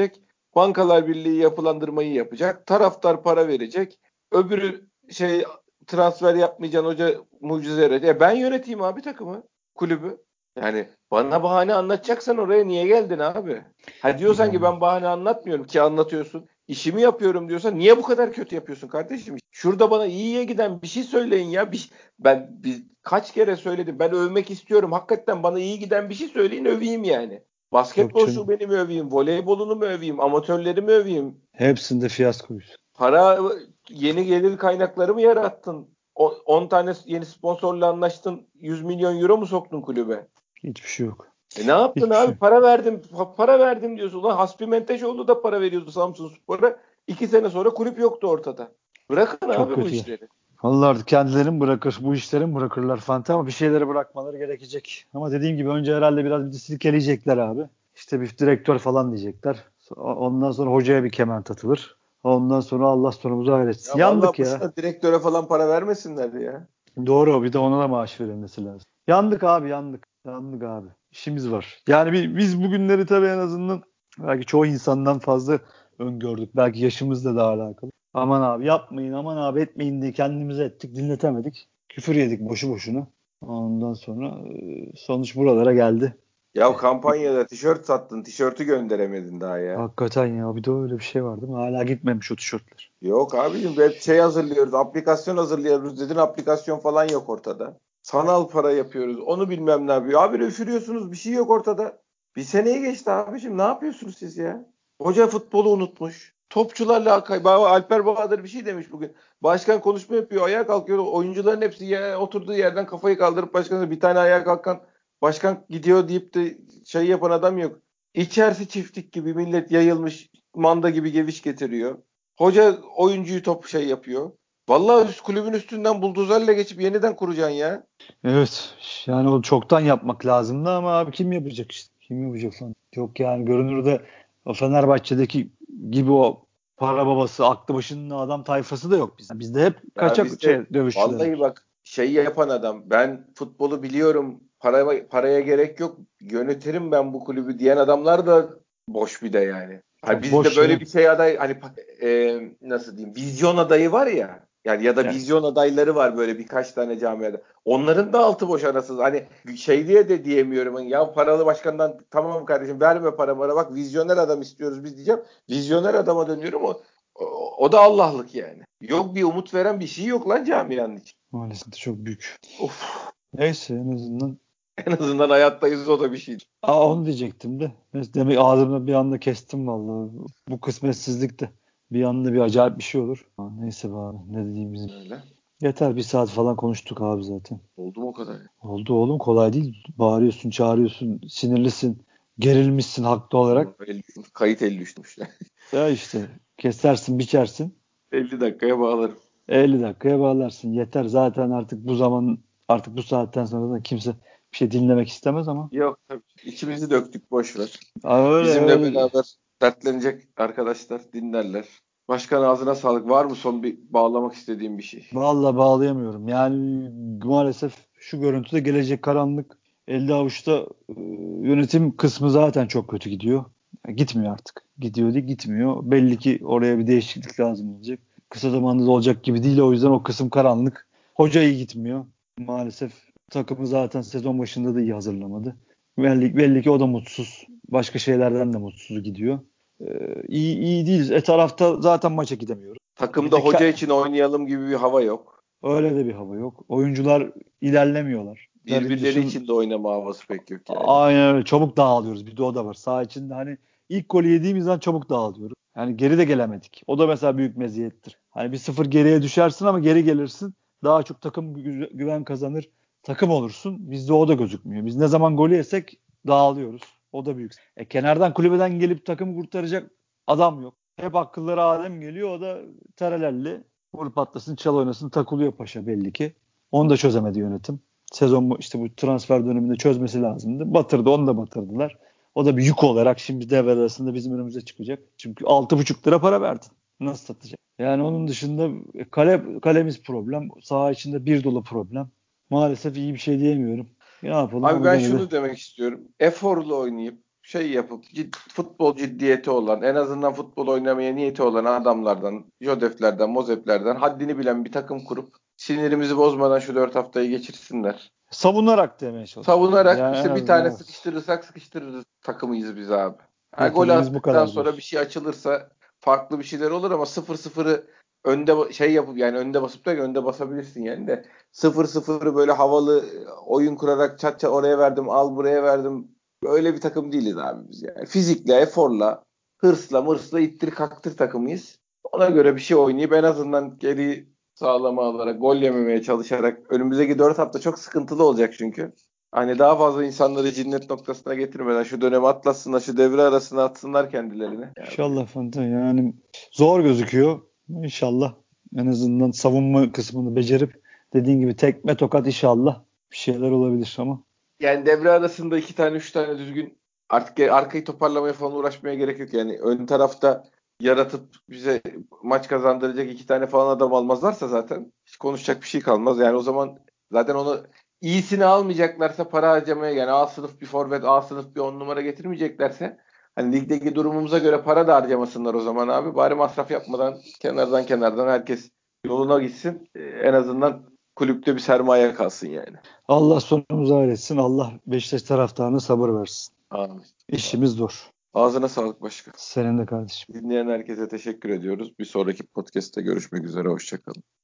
Bankalar Birliği yapılandırmayı yapacak. Taraftar para verecek. Öbürü şey transfer yapmayacaksın hoca mucize yaratacak. E ben yöneteyim abi takımı, kulübü. Yani bana bahane anlatacaksan oraya niye geldin abi? Ha diyorsan ki Yani. ben bahane anlatmıyorum ki anlatıyorsun. İşimi yapıyorum diyorsan niye bu kadar kötü yapıyorsun kardeşim? Şurada bana iyiye giden bir şey söyleyin ya. Bir, ben bir, kaç kere söyledim. Ben övmek istiyorum. Hakikaten bana iyi giden bir şey söyleyin öveyim yani. Yok Basketbol canım. şubeni mi öveyim? Voleybolunu mu öveyim? Amatörleri mi öveyim? Hepsinde fiyaskoyuz. Para yeni gelir kaynakları mı yarattın? on tane yeni sponsorla anlaştın. yüz milyon euro mu soktun kulübe? Hiçbir şey yok. E ne yaptın Hiçbir şey abi? yok. Para verdim. Para verdim diyorsun. Ulan Hasbi Menteşoğlu da para veriyordu Samsunspor'a. İki sene sonra kulüp yoktu ortada. Bırakın Çok abi bu kötü yer. işleri. Vallahi kendilerini bırakır, bu işlerin bırakırlar Fante ama bir şeyleri bırakmaları gerekecek. Ama dediğim gibi önce herhalde biraz bir silkeleyecekler abi. İşte bir direktör falan diyecekler. Ondan sonra hocaya bir kemen atılır. Ondan sonra Allah sonumuzu hayretsin. Ya vallahi Yandık ya. boşuna direktöre falan para vermesinler ya. Doğru, bir de ona da maaş verilmesi lazım. Yandık abi, yandık. Yandık abi. İşimiz var. Yani bir, biz bugünleri tabii en azından belki çoğu insandan fazla öngördük. Belki yaşımızla da alakalı. Aman abi yapmayın, aman abi etmeyin diye kendimize ettik, dinletemedik. Küfür yedik boşu boşuna. Ondan sonra e, sonuç buralara geldi. Ya kampanyada tişört sattın. Tişörtü gönderemedin daha ya. Hakikaten ya, bir de öyle bir şey var değil mi? Hala gitmemiş o tişörtler. Yok abicim web şey hazırlıyoruz. Aplikasyon hazırlıyoruz dedin. Aplikasyon falan yok ortada. Sanal para yapıyoruz. Onu bilmem ne yapıyor. Abi üfürüyorsunuz. Bir şey yok ortada. Bir seneye geçti abicim. Ne yapıyorsunuz siz ya? Hoca futbolu unutmuş. Topçularla kay- Ba- Alper Bahadır bir şey demiş bugün. Başkan konuşma yapıyor. Ayağa kalkıyor. Oyuncuların hepsi ya, oturduğu yerden kafayı kaldırıp başkanı bir tane ayağa kalkan başkan gidiyor deyip de şey yapan adam yok. İçerisi çiftlik gibi millet yayılmış manda gibi geviş getiriyor. Hoca oyuncuyu top şey yapıyor. Vallahi üst kulübün üstünden buldozerle geçip yeniden kuracaksın ya. Evet, yani o çoktan yapmak lazımdı ama abi kim yapacak işte? Kim yapacak falan. Yok yani görünürde o Fenerbahçe'deki gibi o para babası, aklı başında adam tayfası da yok bizde. Bizde hep Ya kaçak bizde şey dövüşçüler vallahi var. bak şey yapan adam ben futbolu biliyorum para, paraya gerek yok yönetirim ben bu kulübü diyen adamlar da boş bir de yani. Hani Çok bizde boş böyle canım. bir şey aday hani e, nasıl diyeyim vizyon adayı var ya yani ya da Yani, vizyon adayları var böyle birkaç tane camiada. Onların da altı boş anasız. Hani şey diye de diyemiyorum. Hani ya paralı başkandan tamam kardeşim verme para bana bak vizyoner adam istiyoruz biz diyeceğim. Vizyoner adama dönüyorum o o, o da Allah'lık yani. Yok bir umut veren bir şey yok lan camianın için. maalesef de çok büyük. Of. Neyse en azından. En azından hayattayız o da bir şey. Aa, onu diyecektim de. Neyse, demek ağzımda bir anda kestim vallahi. Bu kısmetsizlikte bir anda bir acayip bir şey olur. Aa, neyse be abi, ne dediğimiz. Öyle. Yeter, bir saat falan konuştuk abi zaten. Oldu mu o kadar? Oldu oğlum, kolay değil. Bağırıyorsun, çağırıyorsun, sinirlisin, gerilmişsin haklı olarak. elli, kayıt elli üçmüş. Ya işte kesersin, biçersin. elli dakikaya bağlarım. elli dakikaya bağlarsın. Yeter zaten, artık bu zaman, artık bu saatten sonra da kimse bir şey dinlemek istemez ama. Yok tabii. İçimizi döktük boş ver. Aa, öyle Bizimle öyle. beraber dertlenecek arkadaşlar dinlerler. Başkan ağzına sağlık. Var mı son bir bağlamak istediğim bir şey? Vallahi bağlayamıyorum. Yani maalesef şu görüntüde gelecek karanlık. Elde avuçta e, yönetim kısmı zaten çok kötü gidiyor. Gitmiyor artık. Gidiyor değil, gitmiyor. Belli ki oraya bir değişiklik lazım olacak. Kısa zamanda da olacak gibi değil. O yüzden o kısım karanlık. Hoca iyi gitmiyor. Maalesef takımı zaten sezon başında da iyi hazırlamadı. Belli, belli ki o da mutsuz. Başka şeylerden de mutsuz gidiyor. Ee, iyi, iyi değiliz. E tarafta zaten maça gidemiyoruz. Bir Takımda de hoca ke- için oynayalım gibi bir hava yok. Öyle de bir hava yok. Oyuncular ilerlemiyorlar. Darin Birbirleri dışın için de oynama havası pek yok yani. aynen öyle. Çabuk dağılıyoruz. Bir de o da var. Saha içinde hani ilk golü yediğimiz an çabuk dağılıyoruz. Yani geri de gelemedik. O da mesela büyük meziyettir. Hani bir sıfır geriye düşersin ama geri gelirsin. Daha çok takım gü- güven kazanır. Takım olursun. Bizde o da gözükmüyor. Biz ne zaman golü yesek dağılıyoruz. O da büyük. E, kenardan kulübeden gelip takımı kurtaracak adam yok. Hep akılları Adem geliyor. O da terelelli. Vur patlasın, çal oynasın, takılıyor paşa belli ki. Onu da çözemedi yönetim. Sezon bu- işte bu transfer döneminde çözmesi lazımdı. Batırdı, onu da batırdılar. O da bir yük olarak şimdi devre arasında bizim önümüze çıkacak. Çünkü altı buçuk lira para verdin. Nasıl satacak? Yani onun dışında e, kale, kalemiz problem. Saha içinde bir dolu problem. Maalesef iyi bir şey diyemiyorum. Ne yapalım Abi ama ben gene de şunu demek istiyorum. Eforlu oynayıp şey yapıp cid, futbol ciddiyeti olan, en azından futbol oynamaya niyeti olan adamlardan, Jodef'lerden, Mozep'lerden haddini bilen bir takım kurup sinirimizi bozmadan şu dört haftayı geçirsinler. Savunarak demeye çalışıyoruz. Savunarak Yani en işte bir tane azından sıkıştırırsak sıkıştırırız takımıyız biz abi. Her gol yeteneğimiz bu attıktan kadar sonra diyorsun. bir şey açılırsa farklı bir şeyler olur ama sıfır sıfırı önde şey yapıp yani önde basıp da önde basabilirsin yani de sıfır sıfırı böyle havalı oyun kurarak çat çat oraya verdim al buraya verdim. Öyle bir takım değiliz abi biz yani. Fizikle, eforla, hırsla, mırsla ittir kaktır takımıyız. Ona göre bir şey oynayıp en azından geri sağlama alarak, gol yememeye çalışarak önümüzdeki dört hafta çok sıkıntılı olacak çünkü. Hani daha fazla insanları cinnet noktasına getirmeden şu dönemi atlatsınlar, şu devre arasına atsınlar kendilerini. Yani İnşallah Fanta yani zor gözüküyor. İnşallah en azından savunma kısmını becerip dediğin gibi tekme tokat inşallah bir şeyler olabilir ama. Yani devre arasında iki tane üç tane düzgün artık ge- arkayı toparlamaya falan uğraşmaya gerek yok. Yani ön tarafta yaratıp bize maç kazandıracak iki tane falan adam almazlarsa zaten hiç konuşacak bir şey kalmaz. Yani o zaman zaten onu iyisini almayacaklarsa para harcamaya yani A sınıf bir forvet A sınıf bir on numara getirmeyeceklerse hani ligdeki durumumuza göre para da harcamasınlar o zaman abi. Bari masraf yapmadan kenardan kenardan herkes yoluna gitsin. Ee, en azından kulüpte bir sermaye kalsın yani. Allah sonumuzu hayretsin. Allah Beşiktaş taraftarına sabır versin. Amin. İşimiz zor. Ağzına sağlık başka. Senin de kardeşim. Dinleyen herkese teşekkür ediyoruz. Bir sonraki podcast'te görüşmek üzere. Hoşçakalın.